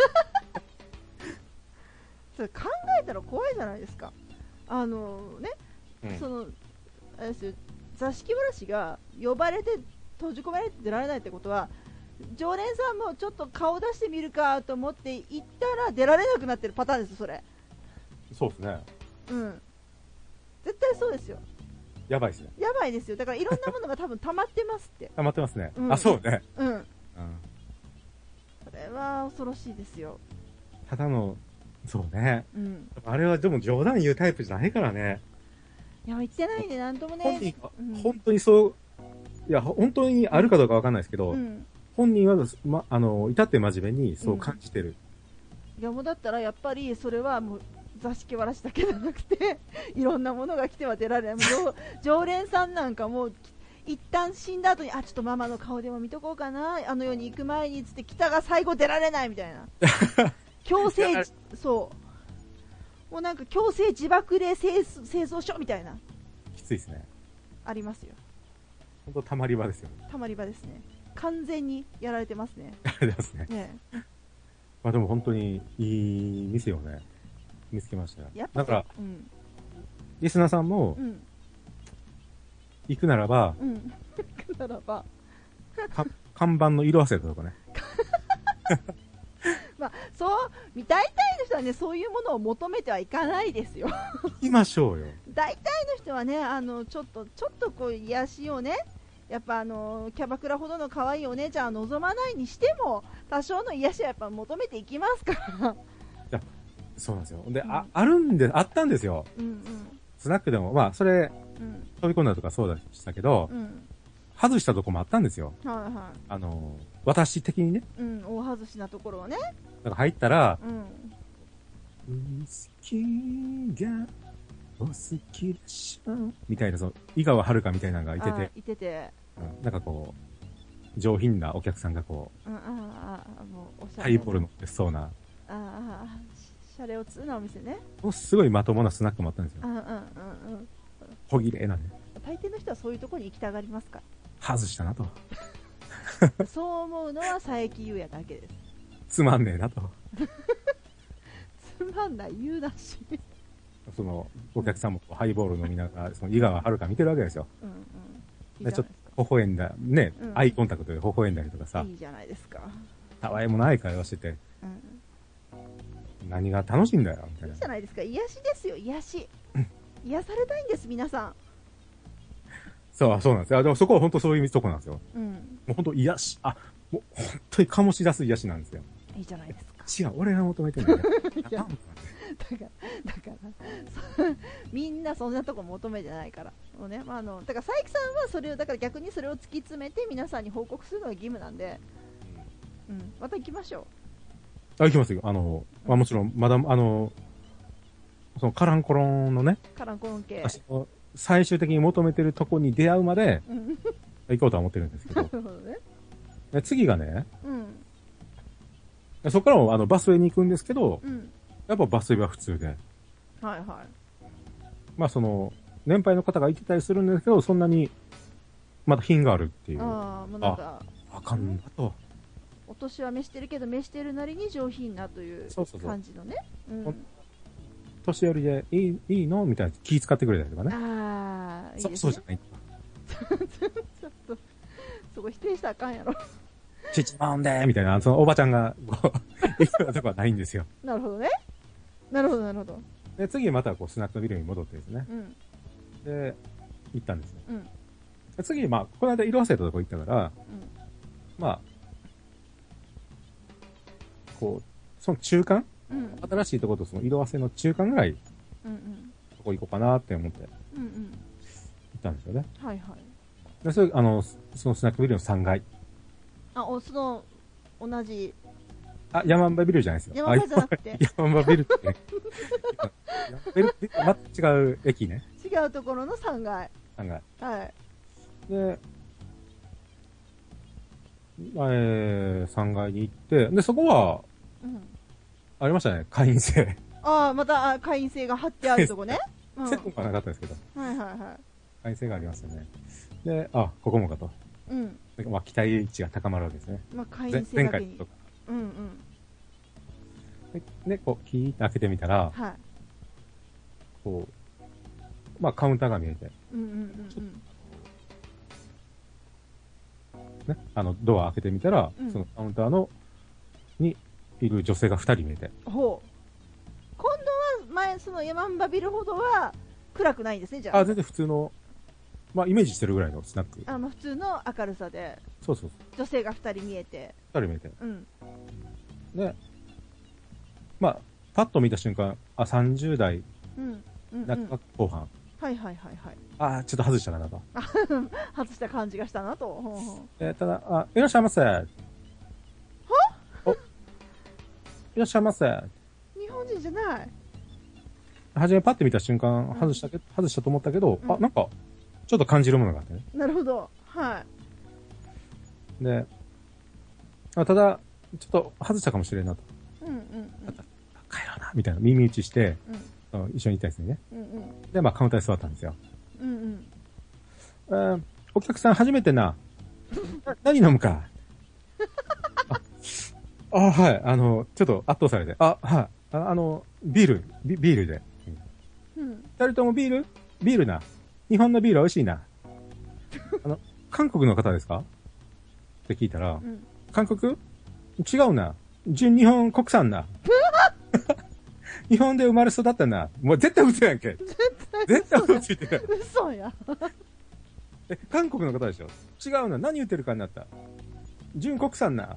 それ考えたら怖いじゃないですか。あのね、うん、その、あれですよ、座敷わらしが呼ばれて閉じ込められて出られないってことは、常連さんもちょっと顔出してみるかと思って行ったら出られなくなってるパターンです、それ。 そうですね。 うん。絶対そうですよ。 やばいですね。 やばいですよ。だからいろんなものが多分溜まってますって。 溜まってますね。 うん、 あ、そうね。 うん。うん。 うん。 それは恐ろしいですよ。 ただの、そうね。 うん。 あれはでも冗談言うタイプじゃないからね。 いや、言ってないんで、なんともね。 本人、 うん、 本当にそう、いや、本当にあるかどうかわかんないですけど、うん、本人は、ま、あの、至って真面目にそう感じてる。 うん、いや、もうだったらやっぱりそれはもう、座敷わらしだけじゃなくて、いろんなものが来ては出られない。常連さんなんかもう、一旦死んだ後に、あ、ちょっとママの顔でも見とこうかな、あの世に行く前につって来たが最後出られないみたいな。強制、そう。もうなんか強制自爆で清掃所みたいな。 きついですね。 ありますよ。 本当たまり場ですよね。 たまり場ですね。完全にやられてますね。 やられてますね。 ねまあでも本当にいい店をね、見つけましたよ。 やっぱだから、 うん、 リスナーさんも、うん、行くならば、 うん、行くならば、 看板の色あせたとかね。 まあ、そう、大体の人はね、そういうものを求めてはいかないですよ。 行きましょうよ。 大体の人はね、あの、ちょっと、ちょっとこう、癒しをね、やっぱあの、キャバクラほどの可愛いお姉ちゃんは望まないにしても、多少の癒しはやっぱ求めていきますから。いや、そうなんですよ。で、うん、あ、あるんで、あったんですよ。うんうん。スナックでも、まあ、それ、うん、飛び込んだとかそうでしたけど、うん、外したとこもあったんですよ。はいはい。あの、私的にね。 うん、大外しなところをね。 だから入ったら、うん。ウイスキーがお好きでしょみたいな、その、井川遥みたいなのがいてて。 いてて。 うん、なんかこう、上品なお客さんがこう、うん、ああ、もう、おしゃれ。ハイボール乗ってそうな。ああ、シャレオツなお店ね。 もうすごいまともなスナックもあったんですよ。うんうんうんうん。小綺麗なね。 大抵の人はそういうところに行きたがりますか？ 外したなと。 そう思うのは佐伯優也だけです。 つまんねえなと。 つまんない言うなし。 その、お客さんもハイボール飲みながら、その井川遥見てるわけですよ。うんうん。いいでちょっと微笑んだ、ね、うん、アイコンタクトで微笑んだりとかさ。 いいじゃないですか。 たわいもない会話してて。うん、何が楽しいんだよ、みたいな。 いいじゃないですか。癒しですよ、癒し。癒されたいんです、皆さん。 そう、そうなんですよ。でもそこは本当そういうとこなんですよ。うん。もう本当癒し、あ、もう本当に醸し出す癒しなんですよ。 いいじゃないですか。 違う、俺が求めてるんだよ。いや、だから、 だからみんなそんなとこ求めてないから。もうね、まあ、あの、だから佐伯さんはそれを、だから逆にそれを突き詰めて皆さんに報告するのが義務なんで、うん、また行きましょう。あ、行きますよ。あの、うん、まあもちろん、まだ、あの、そのカランコロンのね、 カランコロン系。 最終的に求めてるとこに出会うまで、行こうとは思ってるんですけど。なるほどね。で次がね、うん、そこからもあのバスへに行くんですけど、うん、やっぱバスへは普通で。はいはい。まあその、年配の方がいてたりするんですけど、そんなに、まだ品があるっていう。ああ、もうなんか、あ、あかんなと。 お年は召してるけど、召してるなりに上品なという感じのね。そうそうそう。うん年寄りでいい、いいのみたいな気使ってくれたりとかね。 ああ、いいですね。 そ、そうじゃない。 ちょっと、そこ否定したらあかんやろ。 ちちまんでーみたいな、そのおばちゃんが、こう、言うようなとこはないんですよ。 なるほどね。なるほど、なるほど。 で、次またこう、スナックのビルに戻ってですね。うん。で、行ったんですね。うん。で次、まあ、この間色あせたとこ行ったから、うん、まあ、こう、その中間うん、新しいところとその色あせの中間ぐらい、うんうん、そこ行こうかなって思って、うんうん、行ったんですよね。はいはい。 でそれ、あの、そのスナックビルのさんがい。 あ、お、その、同じ。 あ、ヤマンバビルじゃないですよ。 ヤマンバじゃなくて。 ヤマンバビルって、ね。ヤマンバビルって全く違う駅ね。 違うところのさんがい。 さんがい。 はい。 で、えー、さんがいに行って、で、そこは、うん、ありましたね、会員制。 ああ、また、会員制が貼ってあるとこね。 うん、セットがなかったですけど。 はいはいはい。 会員制がありますよね。で、あ、ここもかと。うん。まあ、期待値が高まるわけですね。 まあ、会員制だけに。前回とか。うんうん。 で、でこう、キーって開けてみたら、はい。こう、まあ、カウンターが見えて。うんうんうん、うん。ね、あの、ドア開けてみたら、うん、そのカウンターの、にいる女性が二人見えて。 ほう。今度は、前、そのヤマンバビルほどは、暗くないんですね、じゃあ。 あ、全然普通の、まあ、イメージしてるぐらいのスナック。 あ、まあ、普通の明るさで。 そうそうそう。 女性が二人見えて。 二人見えて。うん。で、まあ、パッと見た瞬間、あ、さんじゅう代、うん。うんうん、中後半。 はいはいはいはい。 あ、ちょっと外したかなと。 外した感じがしたなと。ほうほうえー、ただ、あ、いらっしゃいませ。はお、いらっしゃいませ。 日本人じゃない。 はじめパッて見た瞬間、外したけ、うん、外したと思ったけど、うん、あ、なんか、ちょっと感じるものがあってね。 なるほど。はい。 で、あただ、ちょっと外したかもしれんなと。 うんうん、うん。 帰ろうな、みたいな耳打ちして、うん、一緒に行ったんですね。うんうん、で、まあカウンターに座ったんですよ。うんうん。えー、お客さん初めてな。何飲むかあ、あ、はい。あの、ちょっと圧倒されて。あ、はい。あ, あの、ビール、ビビールで。うん。二人ともビールビールな。日本のビール美味しいな。あの、韓国の方ですかって聞いたら、うん、韓国違うな。純日本国産な。日本で生まれ育ったな。もう絶対嘘やんけ。絶対嘘。絶対嘘ついてる。 嘘や。 え、韓国の方でしょ違うな。何言ってるかになった。純国産な。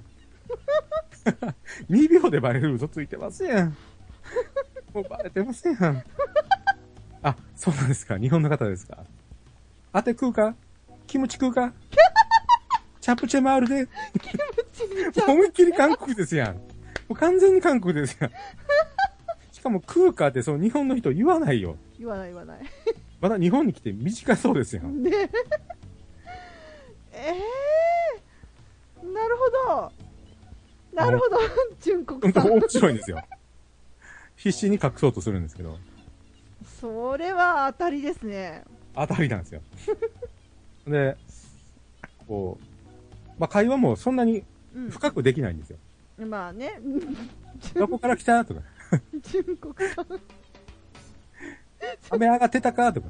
にびょうでバレる嘘ついてますやん。もうバレてますやん。あ、そうなんですか。日本の方ですか。当て食うかキムチ食うかチャプチェマールで。 キムチに思いっきり韓国ですやん。もう完全に韓国ですやん。しかも食うかってその日本の人言わないよ。 言わない言わない。 まだ日本に来て短そうですよ。ねえ。えー、なるほど。なるほど。純国産。 面白いんですよ。必死に隠そうとするんですけど。 それは当たりですね。 当たりなんですよ。で、こう、まあ、会話もそんなに深くできないんですよ。 うん、まあね。 どこから来たとか。 純国産。 雨上がってたかとか。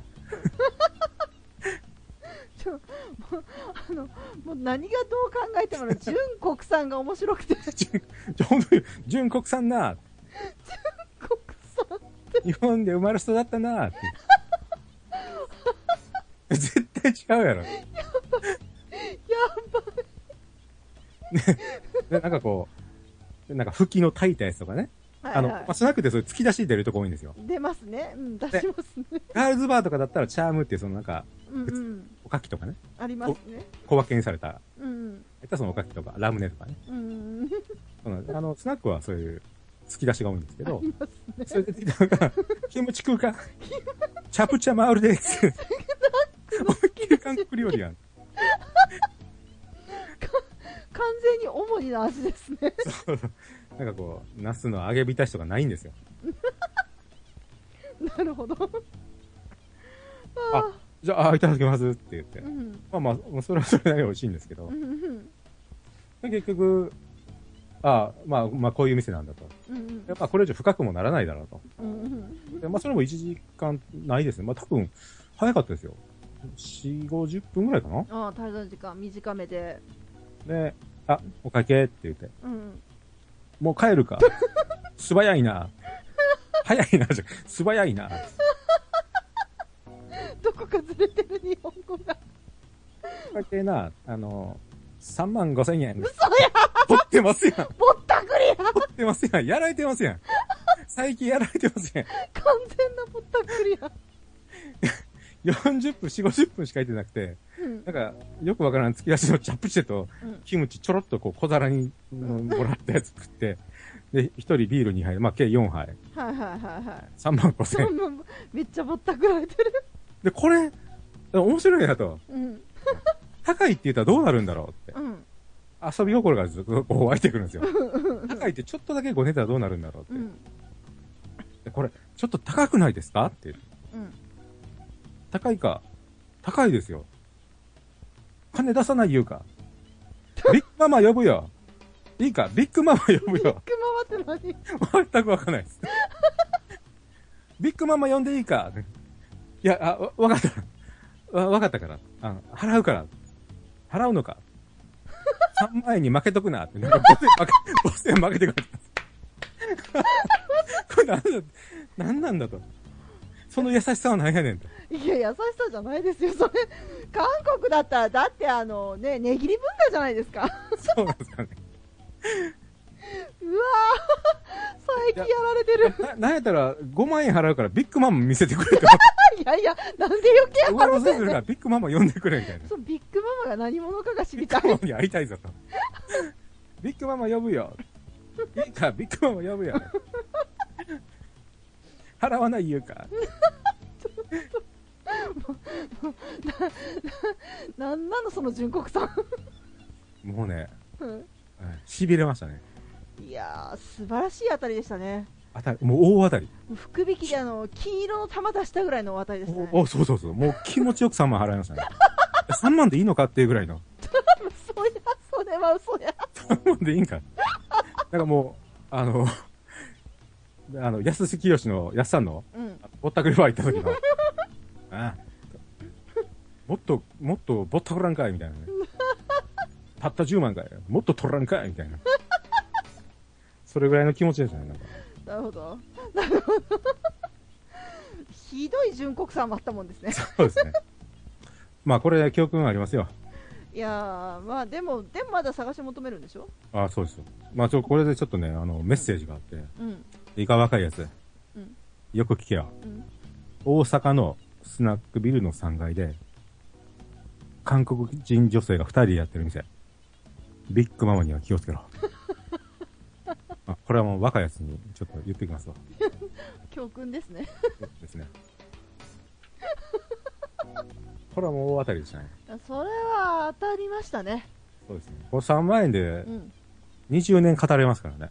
ちょ、もう、あの、もう何がどう考えても純国産が面白くて。 ちょ、ほんとに、純国産な。 純国産って。 日本で生まれ育ったなって。絶対違うやろ。やばい。やばい。 ね、で、なんかこう、なんか吹きの炊いたやつとかね。はいはい、あの、まあ、スナックでそういう突き出し出るとこ多いんですよ。 出ますね。うん、出しますね。 ガールズバーとかだったらチャームっていうそのなんか、うんうん、おかきとかね。 ありますね。 小分けにされた。 うんうん。 えったそのおかきとか、ラムネとかね。うんうん。あの、スナックはそういう突き出しが多いんですけど、 ありますね。 それで出てきたのが、キムチ食うかチャプチャマールでーす。思いっきり韓国料理やん。 完全に主にな味ですね。 そう。なんかこう、ナスの揚げ浸しとかないんですよ。 なるほど。 あ、じゃあ、いただきますって言って。うん、まあまあ、それはそれなりに美味しいんですけど。うん、結局、あまあ、まあ、こういう店なんだと。うん、やっぱこれ以上深くもならないだろうと。うん、でまあ、それもいちじかんないですね。まあ、多分、早かったですよ。よん、ごじゅっぷんぐらいかな。 ああ、滞在時間短めで。 で、あ、お会計って言って。うん、もう帰るか。素早いな。早いな、じゃ、素早いな。 どこかずれてる日本語が。 お会計な、あの、さんまんごせんえん。 嘘やぼってますやん。 ぼったくりやぼってますやん。やられてますやん。最近やられてますやん。 完全なぼったくりや。 よんじゅっぷん、よんじゅう、ごじゅっぷんしかいてなくて、うん、なんか、よくわからん突き出しのチャプチェと、キムチちょろっとこう小皿にもらったやつ食って、で、一人ビールにはい、まあ、計よんはい。 はいはいはいはい。 さんまんごせん。 めっちゃぼったくられてる。 で、これ、面白いなと。 うん。 高いって言ったらどうなるんだろうって。 うん。 遊び心がずっとこう湧いてくるんですよ。高いってちょっとだけごねたらどうなるんだろうって。うん、でこれ、ちょっと高くないですかって言って。うん。高いか。高いですよ。金出さない言うか。ビッグママ呼ぶよ。いいか、ビッグママ呼ぶよ。ビッグママって何？ 全くわかんないです。ビッグママ呼んでいいか。いや、あ、わ、わかった。わ、わかったから。あ、払うから。払うのか。さんまんえんに負けとくなって。なんかごせん負けてくれた。これなんだ、なんなんだと。その優しさは何やねんと。 いや、優しさじゃないですよ。それ、韓国だったら、だってあの、ね、値切り文化じゃないですか。 そうなんですかね。 うわぁ、最近やられてる。 な、なんやったらごまんえん払うからビッグママ見せてくれと。 いやいや、なんで余計払ってんの？ からビッグママ呼んでくれみたいな。 そう、ビッグママが何者かが知りたい。 ビッグママに会いたいぞと。ビッグママ呼ぶよ。いいか、ビッグママ呼ぶよ。払わない言うか。 な、なんなのその純国さん。もうね、うん、痺れましたね。 いやー、素晴らしい当たりでしたね。 当たり、もう大当たり。 福引きであの、金色の玉出したぐらいの当たりでしたね。 お、そうそうそう。もう気持ちよくさんまん払いましたね。さんまんでいいのかっていうぐらいの。 嘘や、それは嘘や。 さんまんでいいんか。なんかもう、あの、あの、安志清の、安さんの、うん、ぼったくりバー行った時の、ああもっと、もっとぼったくらんかいみたいなね。たったじゅうまんかいもっと取らんかいみたいな。それぐらいの気持ちですね、なんか。 なるほど。なるほど。ひどい純国産もあったもんですね。 そうですね。まあ、これ、教訓ありますよ。 いやー、まあ、でも、でもまだ探し求めるんでしょ？ ああ、そうですよ。まあ、ちょ、これでちょっとね、あの、メッセージがあって。うん。いいか若いやつ。うん。よく聞けよ。うん。大阪のスナックビルのさんがいで、韓国人女性がふたりでやってる店。ビッグママには気をつけろ。あ、これはもう若いやつにちょっと言ってきますわ。 教訓ですね。 ですね。これはもう大当たりでしたね。 それは当たりましたね。 そうですね。これさんまんえんで、にじゅうねん語れますからね。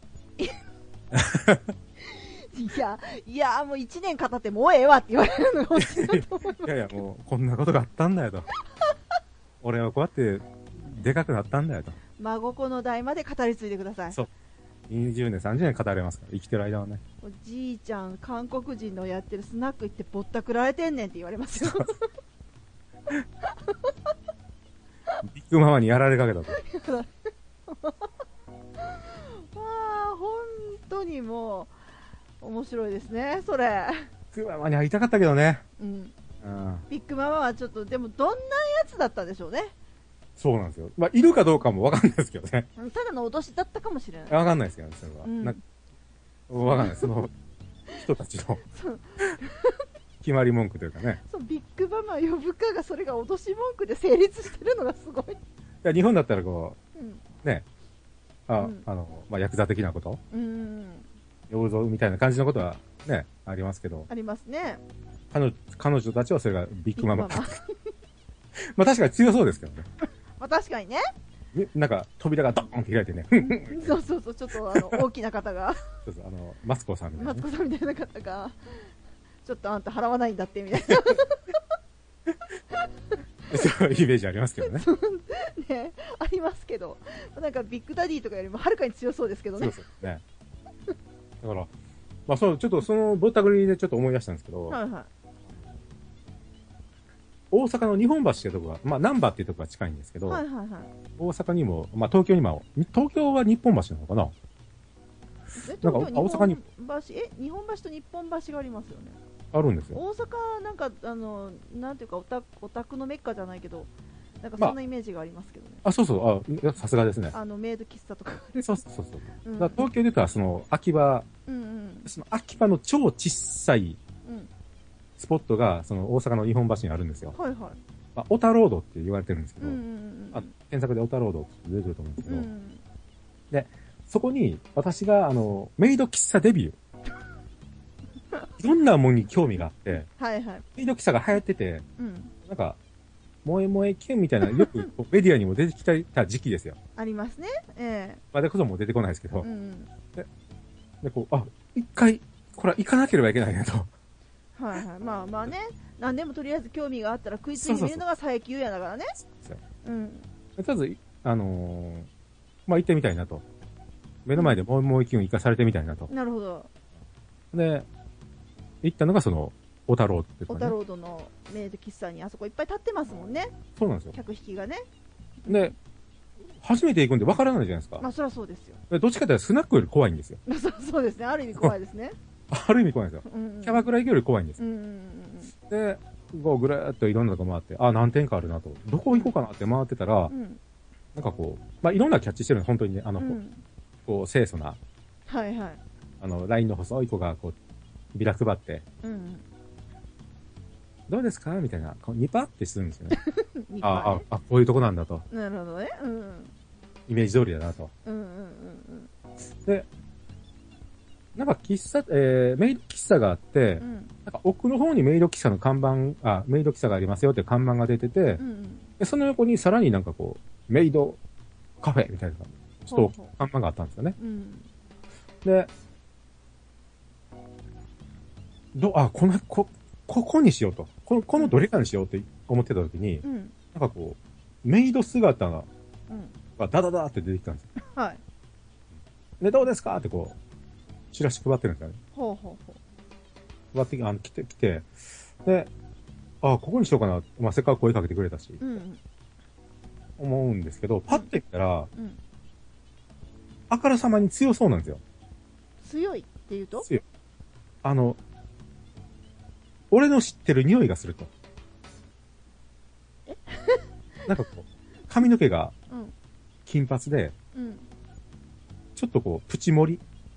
いや、いや、もういちねん語ってもうええわって言われるのが欲しいなと思います。 いやいや、もうこんなことがあったんだよと。俺はこうやってでかくなったんだよと。 孫子の代まで語り継いでください。 そう。にじゅうねん、さんじゅうねん語れますから、生きてる間はね。 おじいちゃん、韓国人のやってるスナック行ってぼったくられてんねんって言われますよ。 ビッグママにやられかけたと。 まあ、本当にもう、面白いですね、それ。 ビッグママに会いたかったけどね。うん。 うん、ビッグママはちょっと、でもどんなやつだったんでしょうね。 そうなんですよ。まあ、いるかどうかもわかんないですけどね。 ただの脅しだったかもしれない。 わかんないですけどね、それは。うん、なわかんない。その、人たちの決まり文句というかね。 そう、ビッグママ呼ぶかが、それが脅し文句で成立してるのがすごい。いや、日本だったらこう、うん、ね、あ、うん、あの、まあ、ヤクザ的なこと、うん、呼ぶぞみたいな感じのことはね、ありますけど。 ありますね。 彼女、彼女たちはそれがビッグママ。まあ確かに強そうですけどね。 まあ確かにね。 なんか扉がドーンって開いてね。 そうそうそう、ちょっとあの大きな方が。 そうそう、あの、マツコさんみたいな、 ね。マツコさんみたいな方が、ちょっとあんた払わないんだってみたいな。 そういうイメージありますけどね。 ね、ありますけど。なんかビッグダディとかよりもはるかに強そうですけどね。 そうそうね。だから、まあそう、ちょっとそのぼったくりでちょっと思い出したんですけど、はいはい。大阪の日本橋っていうところが、まあ、難波っていうところが近いんですけど、はいはいはい、大阪にも、まあ、東京にも、東京は日本橋なのかな？ なんか、大阪に。え、日本橋と日本橋がありますよね。 あるんですよ。 大阪、なんか、あの、なんていうか、オタク、オタクのメッカじゃないけど、なんかそんなイメージがありますけどね。 まあ、あ、そうそう、あ、さすがですね。 あの、メイド喫茶とか。 そうそうそうそう。うん、だ東京で言ったら、その、秋葉、うんうん、その秋葉の超小さい、うん、 スポットが、その大阪の日本橋にあるんですよ。 はいはい。 まあ、オタロードって言われてるんですけど、 うんうんうんあ検索でオタロードって出てると思うんですけど、 うんで、そこに私が、あの、メイド喫茶デビュー。いろんなものに興味があって、 はいはい。 メイド喫茶が流行ってて、 うん。 なんか、萌え萌えキュンみたいな、よくこうメディアにも出てきた時期ですよ。 ありますね。えまあ、でこそもう出てこないですけど、 えうん。 で、こう、あ、一回、これは行かなければいけないなと。 はいはい。まあまあね、何でもとりあえず興味があったら食いついてみるのが佐伯優也だからね。うん。 とりあえず、あのー、まあ、行ってみたいなと。目の前でもうもう一気に行かされてみたいなと。 なるほど。 で、行ったのがその、オタロードっていうかね。 オタロードのメイド喫茶にあそこいっぱい立ってますもんね。 そうなんですよ。 客引きがね。 で、初めて行くんで分からないじゃないですか。 まあそりゃそうですよ。 でどっちかというとスナックより怖いんですよ。 まあそそうですね。ある意味怖いですね。 ある意味怖いんですよ。 うんうん、 キャバクラ行くより怖いんですよ。 うんうんうん、 で、こうぐるーっといろんなとこ回って、あ、何店かあるなと。どこ行こうかなって回ってたら、 うん、 なんかこう、まあ、いろんなキャッチしてるの、本当にね。あの、 うん、 こう、清楚な、 はいはい。 あの、ラインの細い子が、こう、ビラ配って、 うん、 どうですかみたいな、こうニパってするんですよね。 ねああ、あ、こういうとこなんだと。 なるほどね。うん。 イメージ通りだなと。 うんうんうんうん。 で、なんか喫茶、えー、メイド喫茶があって、うん、なんか奥の方にメイド喫茶の看板、あ、メイド喫茶がありますよって看板が出てて、うんうん、でその横にさらになんかこう、メイドカフェみたいな、ちょっと看板があったんですよね。うん、で、ど、あ、この、こ、ここにしようと。この、このどれかにしようって思ってた時に、うん、なんかこう、メイド姿が、がダダダって出てきたんですよ。 はい。 で、どうですかってこう、チラシ配ってるんですよね。 ほうほうほう。 配ってき、あの、来て、来て、で、あ、ここにしようかな。まあ、せっかく声かけてくれたし、うん、思うんですけど、パッて来たら、うん、あからさまに強そうなんですよ。 強いって言うと？ 強い。あの、俺の知ってる匂いがすると。 えなんかこう、髪の毛が、金髪で、うん、ちょっとこう、プチ盛り。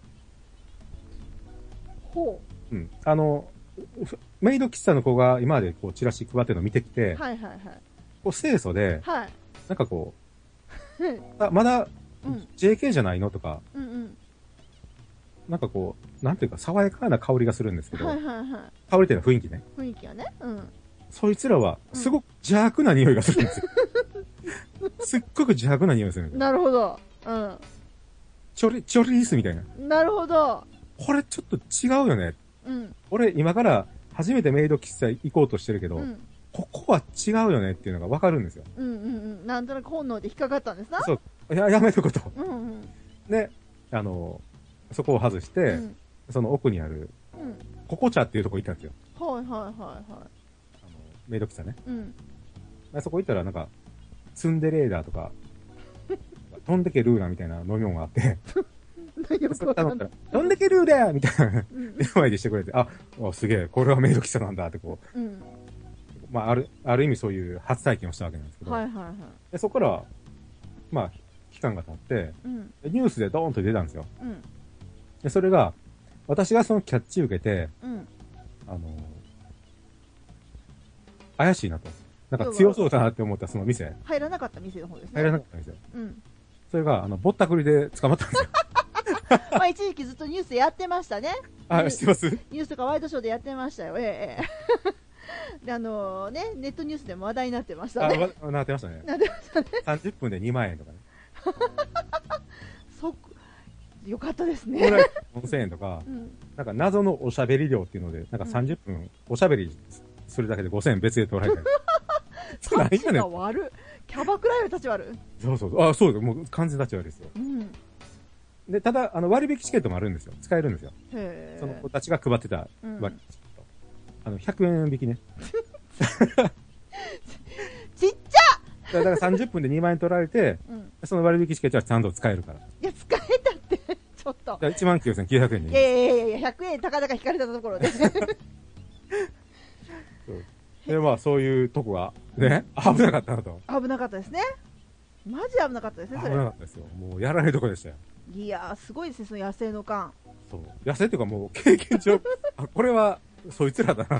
ほう。うん。あの、メイド喫茶の子が今までこう、チラシ配ってるのを見てきて、はいはいはい。こう、清楚で、はい。なんかこう、あまだ、ジェーケー じゃないのとか、うんうん。なんかこう、なんていうか、爽やかな香りがするんですけど、はいはいはい。香りっていうのは雰囲気ね。 雰囲気はね。うん。 そいつらは、すごく邪悪な匂いがするんですよ。すっごく邪悪な匂いがするんですよ。 なるほど。うん。 チョリ、チョリースみたいな。 なるほど。 これちょっと違うよね。うん。俺今から初めてメイド喫茶行こうとしてるけど、うん、ここは違うよねっていうのがわかるんですよ。 うんうんうん。なんとなく本能で引っかかったんですな。 そう。や、やめとくと。うんうん。で、あの、そこを外して、うん、その奥にある、うん、ココ茶っていうとこ行ったんですよ。 はいはいはいはい。あの、 メイド喫茶ね。うん。そこ行ったらなんか、ツンデレーダーとか、飛んでけルーラーみたいな飲み物があって、飛んでけルーラーみたいな、目の前でしてくれて、あ、すげえ、これはメイド喫茶なんだってこう、うん、まあ、ある、ある意味そういう初体験をしたわけなんですけど、はいはいはい。でそこから、まあ、期間が経って、うん、ニュースでドーンと出たんですよ。うん、でそれが、私がそのキャッチ受けて、うん、あの、怪しいなと。なんか強そうだなって思ったその店。 入らなかった店の方ですね。 入らなかった店。うん。それが、あの、ぼったくりで捕まったんですよ。 まあ一時期ずっとニュースでやってましたね。 あ、知ってますニュースとかワイドショーでやってましたよ。ええ。で、あのー、ね、ネットニュースでも話題になってましたね。 あ、なってましたね。 なってましたね。 さんじゅっぷんでにまんえんとかね。 そ、よかったですね。 これよんせんえんとか、うん、なんか謎のおしゃべり料っていうので、なんかさんじゅっぷんおしゃべりするだけでごせんえん別で取られたり。 立ちが悪い。キャバクラより立ち悪い。 そうそう。あ、そうです。もう完全立ち悪いですよ。うん。で、ただ、あの、割引チケットもあるんですよ。使えるんですよ。へその子たちが配ってた割引チケット。うん、あの、ひゃくえん引きね。 ちっちゃだからさんじゅっぷんでにまんえん取られて、うん、その割引チケットはちゃんと使えるから。いや、使えたって、ちょっと。 いちまんきゅうせんきゅうひゃくえんに。 いやいやいやいや、ひゃくえんたかだか引かれたところで。 で、まあ、そういうとこが、ね、危なかったなと。 危なかったですね。マジ危なかったですね、それ。 危なかったですよ。もう、やられるとこでしたよ。 いやー、すごいですね、その野生の感。 そう。野生っていうかもう、経験上、あ、これは、そいつらだなと。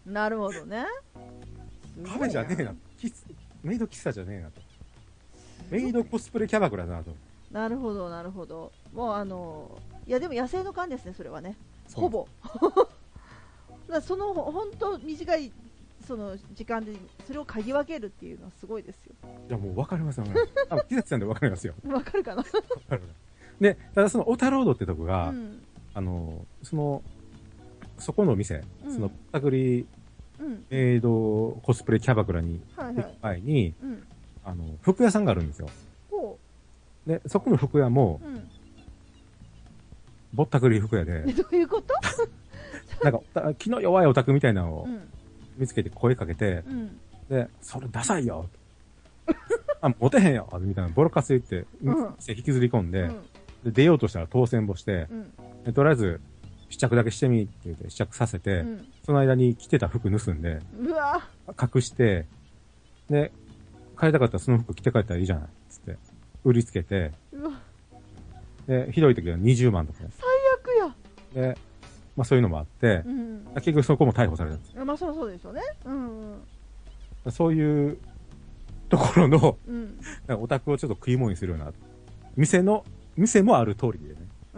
なるほどね。 カフェじゃねえな。メイド喫茶じゃねえなと。メイドコスプレキャバクラだなと。 なるほど、なるほど。もうあの、いやでも野生の勘ですね、それはね。ほぼ。だその本当短いその時間でそれを嗅ぎ分けるっていうのはすごいですよ。 いやもう分かりますよね。あ、木崎さんで分かりますよ。 分かるかな。 で、ただそのオタロードってとこが、 うん、あの、その、そこの店、うん、そのパクリ、うん、メイドコスプレキャバクラに行く前に、はいはいうん、あの、服屋さんがあるんですよ。で、そこの服屋も、うん、ぼったくり服屋で。 どういうことなんか、気の弱いオタクみたいなのを見つけて声かけて、うん、で、それダサいよあ、モテへんよみたいなボロカス言って、うん、引きずり込んで、うん、で、出ようとしたら当選簿して、うん、でとりあえず、試着だけしてみって言って試着させて、うん、その間に着てた服盗んで、 うわ隠して、で、帰りたかったらその服着て帰ったらいいじゃないつって、売りつけて、うわで、ひどい時はにじゅうまんとか、ね。 最悪や。で、まあそういうのもあって、うん、結局そこも逮捕されたんです。 まあそりゃそうでしょうね。うんうん、そういうところの、うん、オタクをちょっと食い物にするような、店の、店もある通りでね。 うん、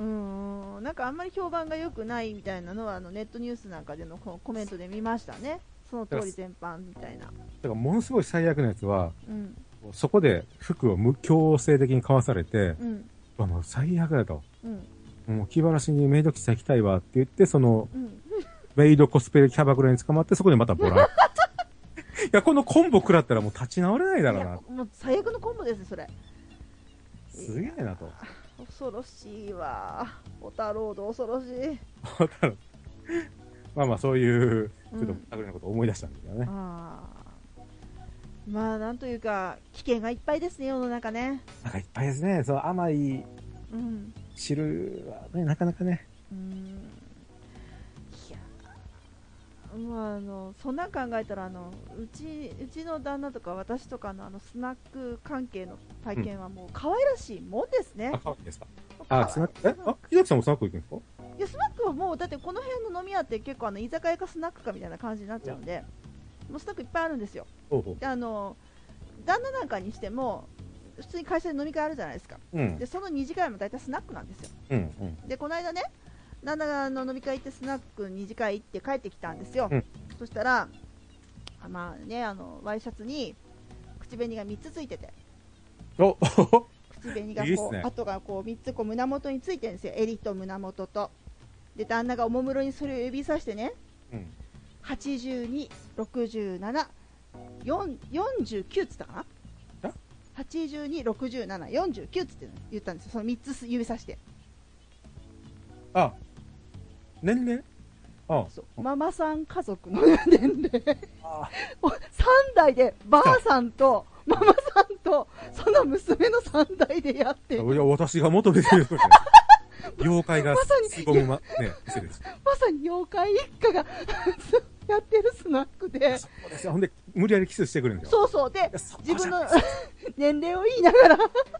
なんかあんまり評判が良くないみたいなのはあのネットニュースなんかでのコメントで見ましたね。その通り全般みたいな。だからものすごい最悪なやつは、うん、そこで服を無強制的に買わされて、うん、もう最悪だと。うん、もう気晴らしにメイド喫茶行きたいわって言って、その、うん、メイドコスプレキャバクラに捕まって、そこでまたボラン。いや、このコンボ食らったらもう立ち直れないだろうな。 もう最悪のコンボです、それ。 すげえなと。 恐ろしいわ。オタロード恐ろしい。 オタロード。まあまあそういう、ちょっとタグリなことを思い出したんですよね。うん、 あまあなんというか、危険がいっぱいですね、世の中ね。 なんかいっぱいですね。そう、甘い。うん。汁はね、なかなかね。うん。いやまああの、そんなん考えたら、あの、うち、うちの旦那とか私とかのあの、スナック関係の体験はもう可愛らしいもんですね。 うん、あ、可愛いですか。あ、スナック、えあ、木崎さんもスナック行くんですか？ いや、スナックはもう、だってこの辺の飲み屋って結構あの、居酒屋かスナックかみたいな感じになっちゃうんで、うん、もうスナックいっぱいあるんですよ。ほうほうで、あの、旦那なんかにしても、普通に会社で飲み会あるじゃないですか、うん、でそのに次会も大体スナックなんですよ、うんうん、でこの間ね旦那の飲み会行ってスナックに次会行って帰ってきたんですよ、うん、そしたらまあねあのワイシャツに口紅がみっつついててお口紅がこういい、ね、跡がこうみっつこう胸元についてるんですよ、襟と胸元とで旦那がおもむろにそれを指さしてね、うん、はちじゅうに、ろくじゅうなな、よんじゅうきゅうっつったかなはちじゅうに、ろくじゅうなな、よんじゅうきゅうって言ったんですよ。そのみっつ指さして。 あ、年齢あそうママさん家族の年齢。あさん代で、ばあさんと、ママさんと、その娘のさん代でやって。いや、私が求めてる。妖怪がすごむま、ね、店です。 まさに妖怪一家がやってるスナックで。 そうですよ。ほんで、無理やりキスしてくるんですよ。そうそう。で、自分の年齢を言いながら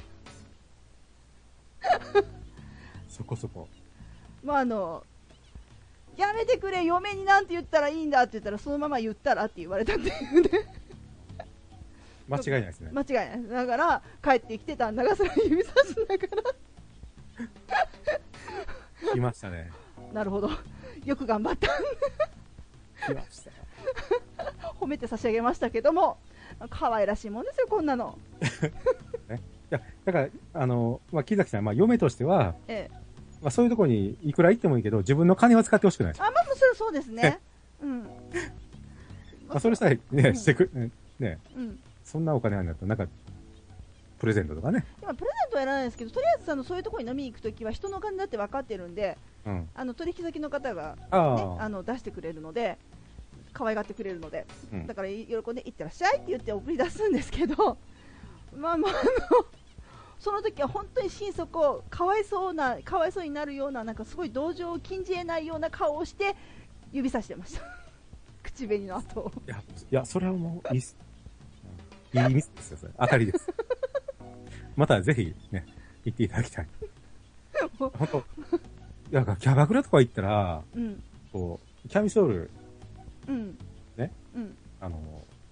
そこそこ。 まあ、あの、やめてくれ、嫁になんて言ったらいいんだって言ったら、そのまま言ったらって言われたっていうね。 間違いないですね。 間違いない。だから、帰ってきて旦那がそれを指さしながら。 来ましたね。 なるほど。よく頑張った。 来ました。 褒めて差し上げましたけども、可愛らしいもんですよ、こんなの。 ね、いやだから、あの、まあ、木崎さん、まあ、嫁としては、ええまあ、そういうところにいくら行ってもいいけど、自分の金は使ってほしくないです。 あ、まあ、それそうですね。うん。 まあ、それさえね、うん、してく、ね、うん、そんなお金あるんだったら、なんか、プレゼントとかね。 今プレゼントはやらないですけど、とりあえずあのそういうところに飲みに行くときは人のお金だって分かってるんで、うん、あの取引先の方が、ね、あ, あの出してくれるので、可愛がってくれるので、うん、だから喜んで行ってらっしゃいって言って送り出すんですけど、まあまああのその時は本当に心底かわいそうなかわいそうになるようななんかすごい同情を禁じ得ないような顔をして指さしてました。口紅の後を。 いやいやそれはもういいっす。いいミスですよそれ。当たりです。またぜひね、行っていただきたい。本当。いや、キャバクラとか行ったら、うん、こう、キャミソール、うん、 ね、 うん。 あの、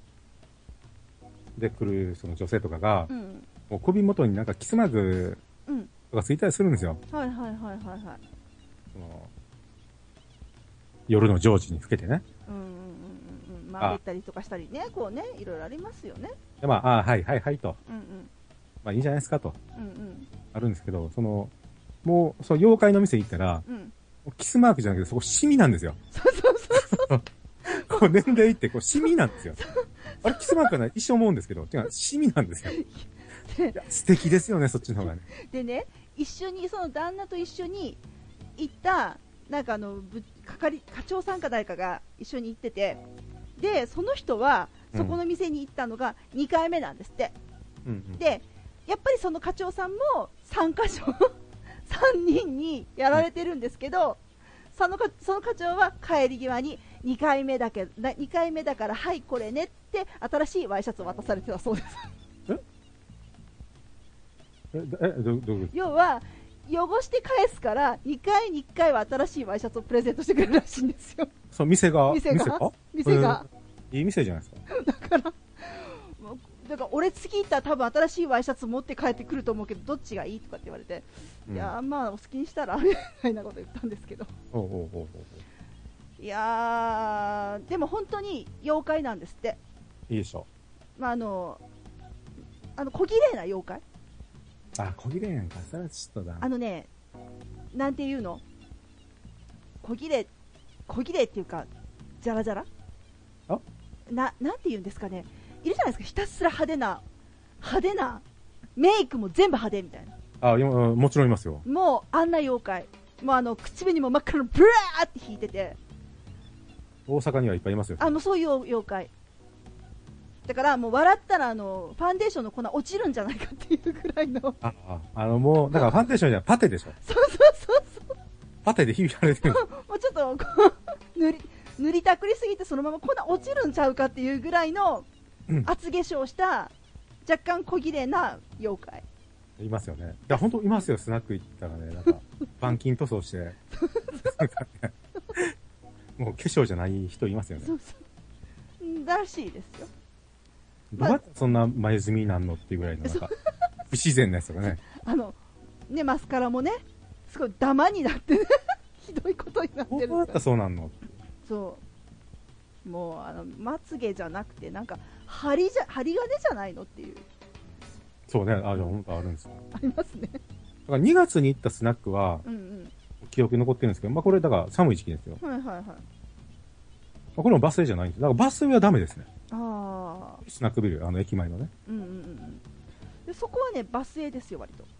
で来るその女性とかが、 うん。 もう首元になんかキスマークとかついたりするんですよ。 うん、はいはいはいはいはい。 その夜の常時にふけてね。 うんうんうんうん。回ったりとかしたりね、こうね、いろいろありますよね。 で、まあ、あはいはいはいと。 うんうん。 まあいいんじゃないですかと。 うんうん。 あるんですけど、その、もう、そう、妖怪の店行ったら、うん、キスマークじゃなくてそこシミなんですよ。 そうそうそうそう。 こう年齢いって、こうシミなんですよ。あれ、キスマークはない一生思うんですけど、てか、シミなんですよ。いや、素敵ですよね、そっちの方がね。 でね、一緒に、その旦那と一緒に行った、なんかあの、ぶ係課長さんか誰かが一緒に行ってて、で、その人は、そこの店に行ったのがにかいめなんですって。うんうん、で、やっぱりその課長さんもさんかしょ、さんにんにやられてるんですけど、そのかその課長は帰り際ににかいめだけにかいめだからはいこれねって新しいワイシャツを渡されてたそうです。 えええどどう要は汚して返すからにかいにいっかいは新しいワイシャツをプレゼントしてくれるらしいんですよ。 そう、店が店が店が、 えー、いい店じゃないですか。だからだから俺次行ったら多分新しいワイシャツ持って帰ってくると思うけどどっちがいいとかって言われて、うん、いやまあお好きにしたらみたいなこと言ったんですけど、 おうおうおうおう、 いやーでも本当に妖怪なんですって。 いいでしょ。 まああのあの小綺麗な妖怪。 あ、小綺麗なんかそれはちょっとだ。 あのね、なんていうの、小綺麗小綺麗っていうかじゃらじゃら、 あななんていうんですかね、いるじゃないですか、ひたすら派手な派手なメイクも全部派手みたいな。 あ、もちろんいますよ。 もうあんな妖怪、もうあの口紅も真っ赤なブワーって引いてて、 大阪にはいっぱいいますよ。 あのそういう妖怪だから、もう笑ったらあのファンデーションの粉落ちるんじゃないかっていうぐらいの、 ああ、あのもうだからファンデーションじゃパテでしょ。 そうそうそうそう、 パテでひびられてる。 もうちょっとこう塗り塗りたくりすぎてそのまま粉落ちるんちゃうかっていうぐらいの厚化粧した若干小綺麗な妖怪いますよね。いや本当いますよ。スナック行ったらね、なんか板金塗装してもう化粧じゃない人いますよね。 そうそうらしいですよ。 どうやってそんな前積みなんのっていうぐらいのなんか不自然なやつとかね。 あのね、マスカラもねすごいダマになってねひどいことになってるんですよ。 どうやったらそうなんの。 そうもうあのまつげじゃなくてなんか針じゃ針金じゃないのっていう。 そうね、あ、じゃあ本当あるんですよ。 ありますね。 だからにがつに行ったスナックは、うんうん、記憶に残ってるんですけど、まあこれだから寒い時期ですよ。 はいはいはい。 これもバス停じゃないんですよ。だからバス停はダメですね。 ああ。 スナックビル、あの駅前のね。 うんうんうん。でそこはねバス停ですよ割と。うん、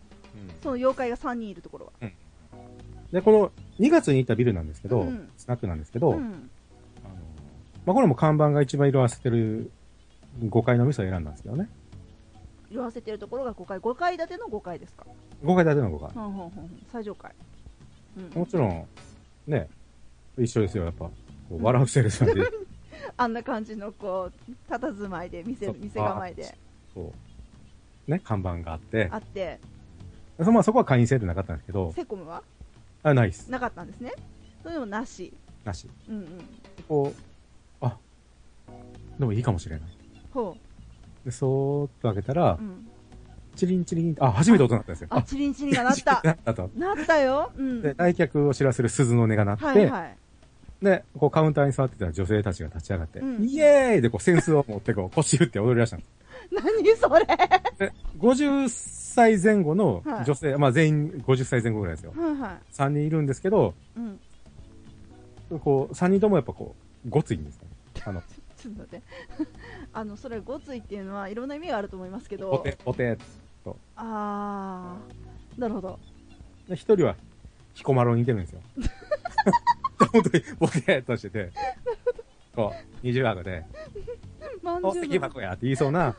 その妖怪がさんにんいるところは。うん、 でこのにがつに行ったビルなんですけど、うん、スナックなんですけど、うん、あのまあこれも看板が一番色あせてるごかいの店を選んだんですけどね。 色あせてるところがごかい、ごかい建てのごかいですか。 ごかい建てのごかい。 うんうんうん、最上階。 うん、もちろんね一緒ですよやっぱ。笑うセールスなんであんな感じのこう佇まいで店店構えでそうね看板があってあってそまあそこは会員制でなかったんですけどセコムはあないっすなかったんですね。それでもなしなしうんうんこうあでもいいかもしれないほうでそーっと開けたら、うん、チリンチリンあ初めて音鳴ったんですよ。 あチリンチリンが鳴ったなったとなったよ、うん、 で来客を知らせる鈴の音が鳴って、はいはいで、こうカウンターに座ってた女性たちが立ち上がって、うん、イエーイでこうセンスを持ってこう腰振って踊り出したんです。 何それで、ごじゅっさいぜん後の女性、はい、まあ全員ごじゅっさいぜん後ぐらいですよ。はいはい、さんにんいるんですけど、うん、こう、さんにんともやっぱこう、ごついんですね。あの、 ちょっと待って。あの、それごついっていうのはいろんな意味があると思いますけど。 ポテ、ポテと。 あー、なるほど。 で、一人は、彦摩呂に似てるんですよ。本当にボケーっとしてて、こう、二重顎で、宝石箱やって言いそうな、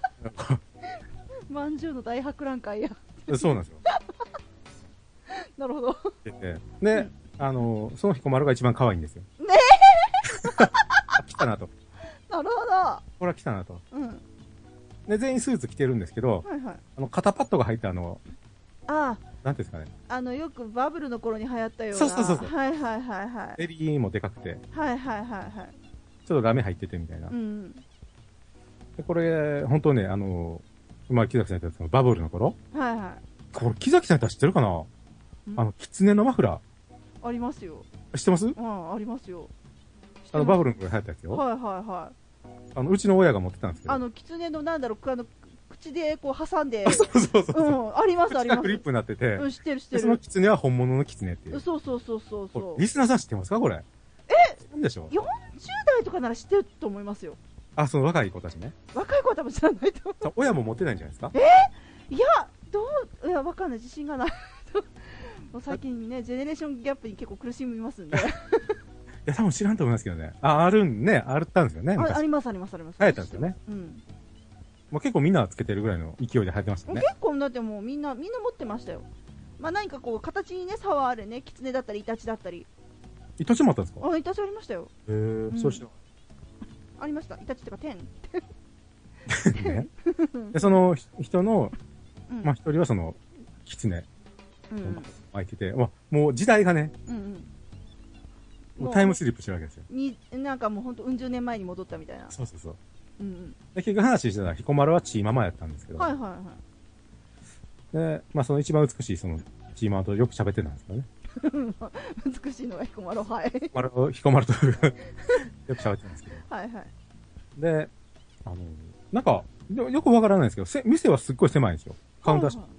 まんじゅうの大博覧会や。 そうなんですよ。 なるほど。 で、で、うん、あの、その彦摩呂が一番可愛いんですよ。 ねえ来たなと。 なるほど。 これは来たなと。うん。で、全員スーツ着てるんですけど、はいはい、あの、肩パッドが入ったあの、 ああ。 なんていうんですかね。 あの、よくバブルの頃に流行ったような。 そうそうそうそう。 はいはいはいはい。 襟もでかくて。 はいはいはいはい。 ちょっとラメ入っててみたいな。 うん。 で、これ、本当ね、あの、まあ、木崎さん言ったバブルの頃。 はいはい。 これ、木崎さんって知ってるかなあの、狐のマフラー。ありますよ。 知ってます？ うん、ありますよ。 あの、バブルの頃流行ったやつよ。 はいはいはい。 あの、うちの親が持ってたんですけど。 あの、狐のなんだろう、あの、口でこう挟んで。 そうそうそう。 うん、ありますあります。 クリップになってて。 うん、知ってる知ってる。 その狐は本物の狐っていう。 そうそうそうそうそう。 リスナーさん知ってますかこれ。 えなんでしょう ?よんじゅう 代とかなら知ってると思いますよ。 あ、その若い子たちね。 若い子は多分知らないと思う。 親も持ってないんじゃないですか。 えー、いや、どう、いや、わかんない。自信がない。もう最近ね、ジェネレーションギャップに結構苦しみますんで。いや、多分知らんと思いますけどね。あ、あるんね、あったんですよね。 あ, ありますありますあります。 流行ったんですよね。 うん。 もう結構みんなつけてるぐらいの勢いで流行ってましたね。 結構だってもうみんな、みんな持ってましたよ。まあ何かこう、形にね、差はあるね。狐だったり、イタチだったり。 イタチもあったんですか？ あ、イタチありましたよ。 へー、うん、そうしてありました。イタチってか、テン。 ね、でその人の、うん、まあ一人はその、狐。うん。巻いてて、まあ、もう時代がね、うんうん、もうタイムスリップしてるわけですよ。 に、なんかもうほんと、うん十年前に戻ったみたいな。 そうそうそう。 うんうん。 で、結局話してたら、彦丸はチーママやったんですけど。 はいはいはい。 で、まあその一番美しいその、チーママとよく喋ってたんですけどね。 美しいのが彦丸、はい。 彦丸とよく喋ってたんですけど。 はいはい。 で、あの、なんか、よくわからないんですけど、せ店はすっごい狭いんですよ。カウンター、はいはい、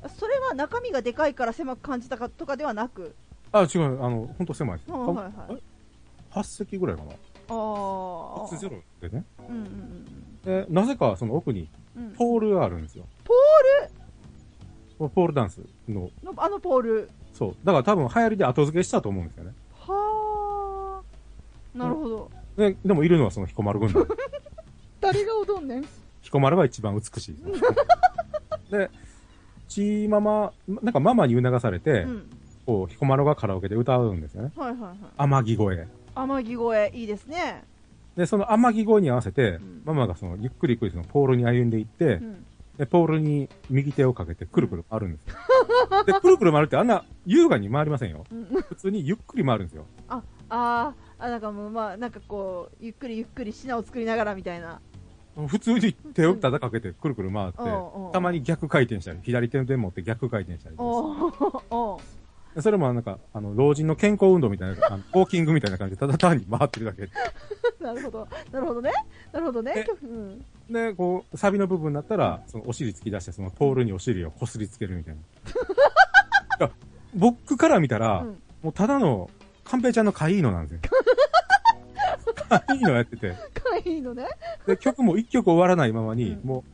それは中身がでかいから狭く感じたかとかではなく。 あ、違う、あの、ほんと狭いです。 はいはい。 はち席ぐらいかな。ああ。 はちゼロでね。 うんうんうん。 で、なぜかその奥に、ポールがあるんですよ。 ポールポールダンスの。 あのポール。 そう。だから多分流行りで後付けしたと思うんですよね。 はあ。なるほど。 で、でもいるのはその彦丸軍団。 誰が踊んねん彦丸が一番美しい。で、チーママ、なんかママに促されて、うん、こう、彦丸がカラオケで歌うんですよね。 はいはいはい。 天城声。 天城声、いいですね。 で、その天城声に合わせて、うん、ママがその、ゆっくりゆっくりそのポールに歩んでいって、うん、で、ポールに右手をかけてくるくる回るんですよ。うん、で、くるくる回るってあんな優雅に回りませんよ。うん、普通にゆっくり回るんですよ。 あ、ああ、なんかもう、まあ、なんかこう、ゆっくりゆっくり品を作りながらみたいな。 普通に手をただかけてくるくる回って、たまに逆回転したり、左手で持って逆回転したりとか。それもなんか、あの、老人の健康運動みたいな、あのウォーキングみたいな感じで、ただ単に回ってるだけ。 なるほど。なるほどね。なるほどね。 で、うん、でこう、サビの部分になったら、そのお尻突き出して、そのポールにお尻をこすりつけるみたいな。いや僕から見たら、うん、もうただの、カンペイちゃんのカイーノなんですよ。カイーノやってて。 カイーノね。 で、曲も一曲終わらないままに、うん、もう、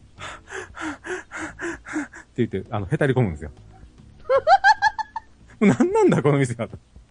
って言って、あの、へたり込むんですよ。もう何なんだ、この店は。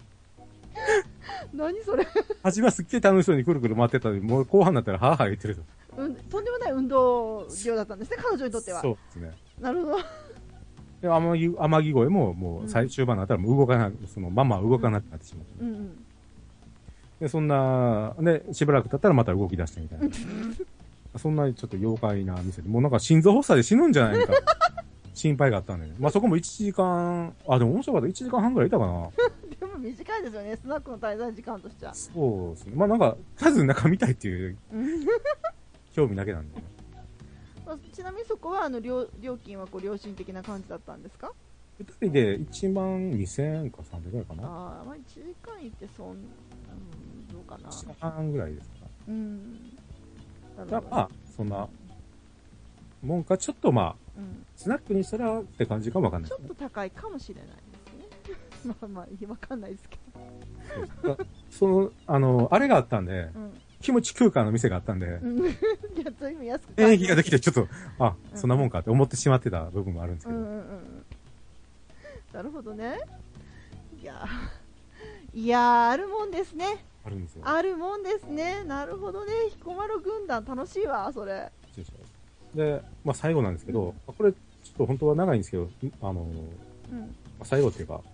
何それ。 初めはすっげえ楽しそうにくるくる回ってたのに、もう後半になったら、はぁはぁ言ってると。 うん、とんでもない運動量だったんですね、彼女にとっては。 そうですね。 なるほど。 で、天城、天城声も、もう最終盤になったら、もう動かない、その、まま動かなくなってしまう。うんうん。で、そんな、ね、しばらく経ったらまた動き出してみたいな。そんなちょっと妖怪な店で、もうなんか心臓発作で死ぬんじゃないか、心配があったんで、ね、まあそこもいちじかん、あ、でも面白かった。いちじかんはんぐらいいたかな。 でも短いですよね、スナックの滞在時間としては。 そうですね。まあなんか、とりあえず中見たいっていう、興味だけなんで、ね。 ちなみにそこは、あの、料、料金はこう、良心的な感じだったんですか？ ふたりでいちまんにせんえんかさんびゃくえんかな。 ああ、まあいちじかん行ってそん、うん、どうかな。いちじかんはんぐらいですか。 うん。 じゃあまあ、そんな、もんか、ちょっとまあ、うん、スナックにしたらって感じかもわかんない、 ね。ちょっと高いかもしれないですね。まあまあ、わかんないですけど。その、あの、あれがあったんで、うん、気持ち空間の店があったんで、うん、いや、ずいぶん安く演劇ができて、ちょっと、あ、うん、そんなもんかって思ってしまってた部分もあるんですけど。うんうんうん、 なるほどね。いやいやあるもんですね。 あるんですよ。 あるもんですね。なるほどね。彦摩呂軍団楽しいわ、それ。 で、まあ最後なんですけど、うん、これ、ちょっと本当は長いんですけど、あの、うん、まあ、最後っていうか、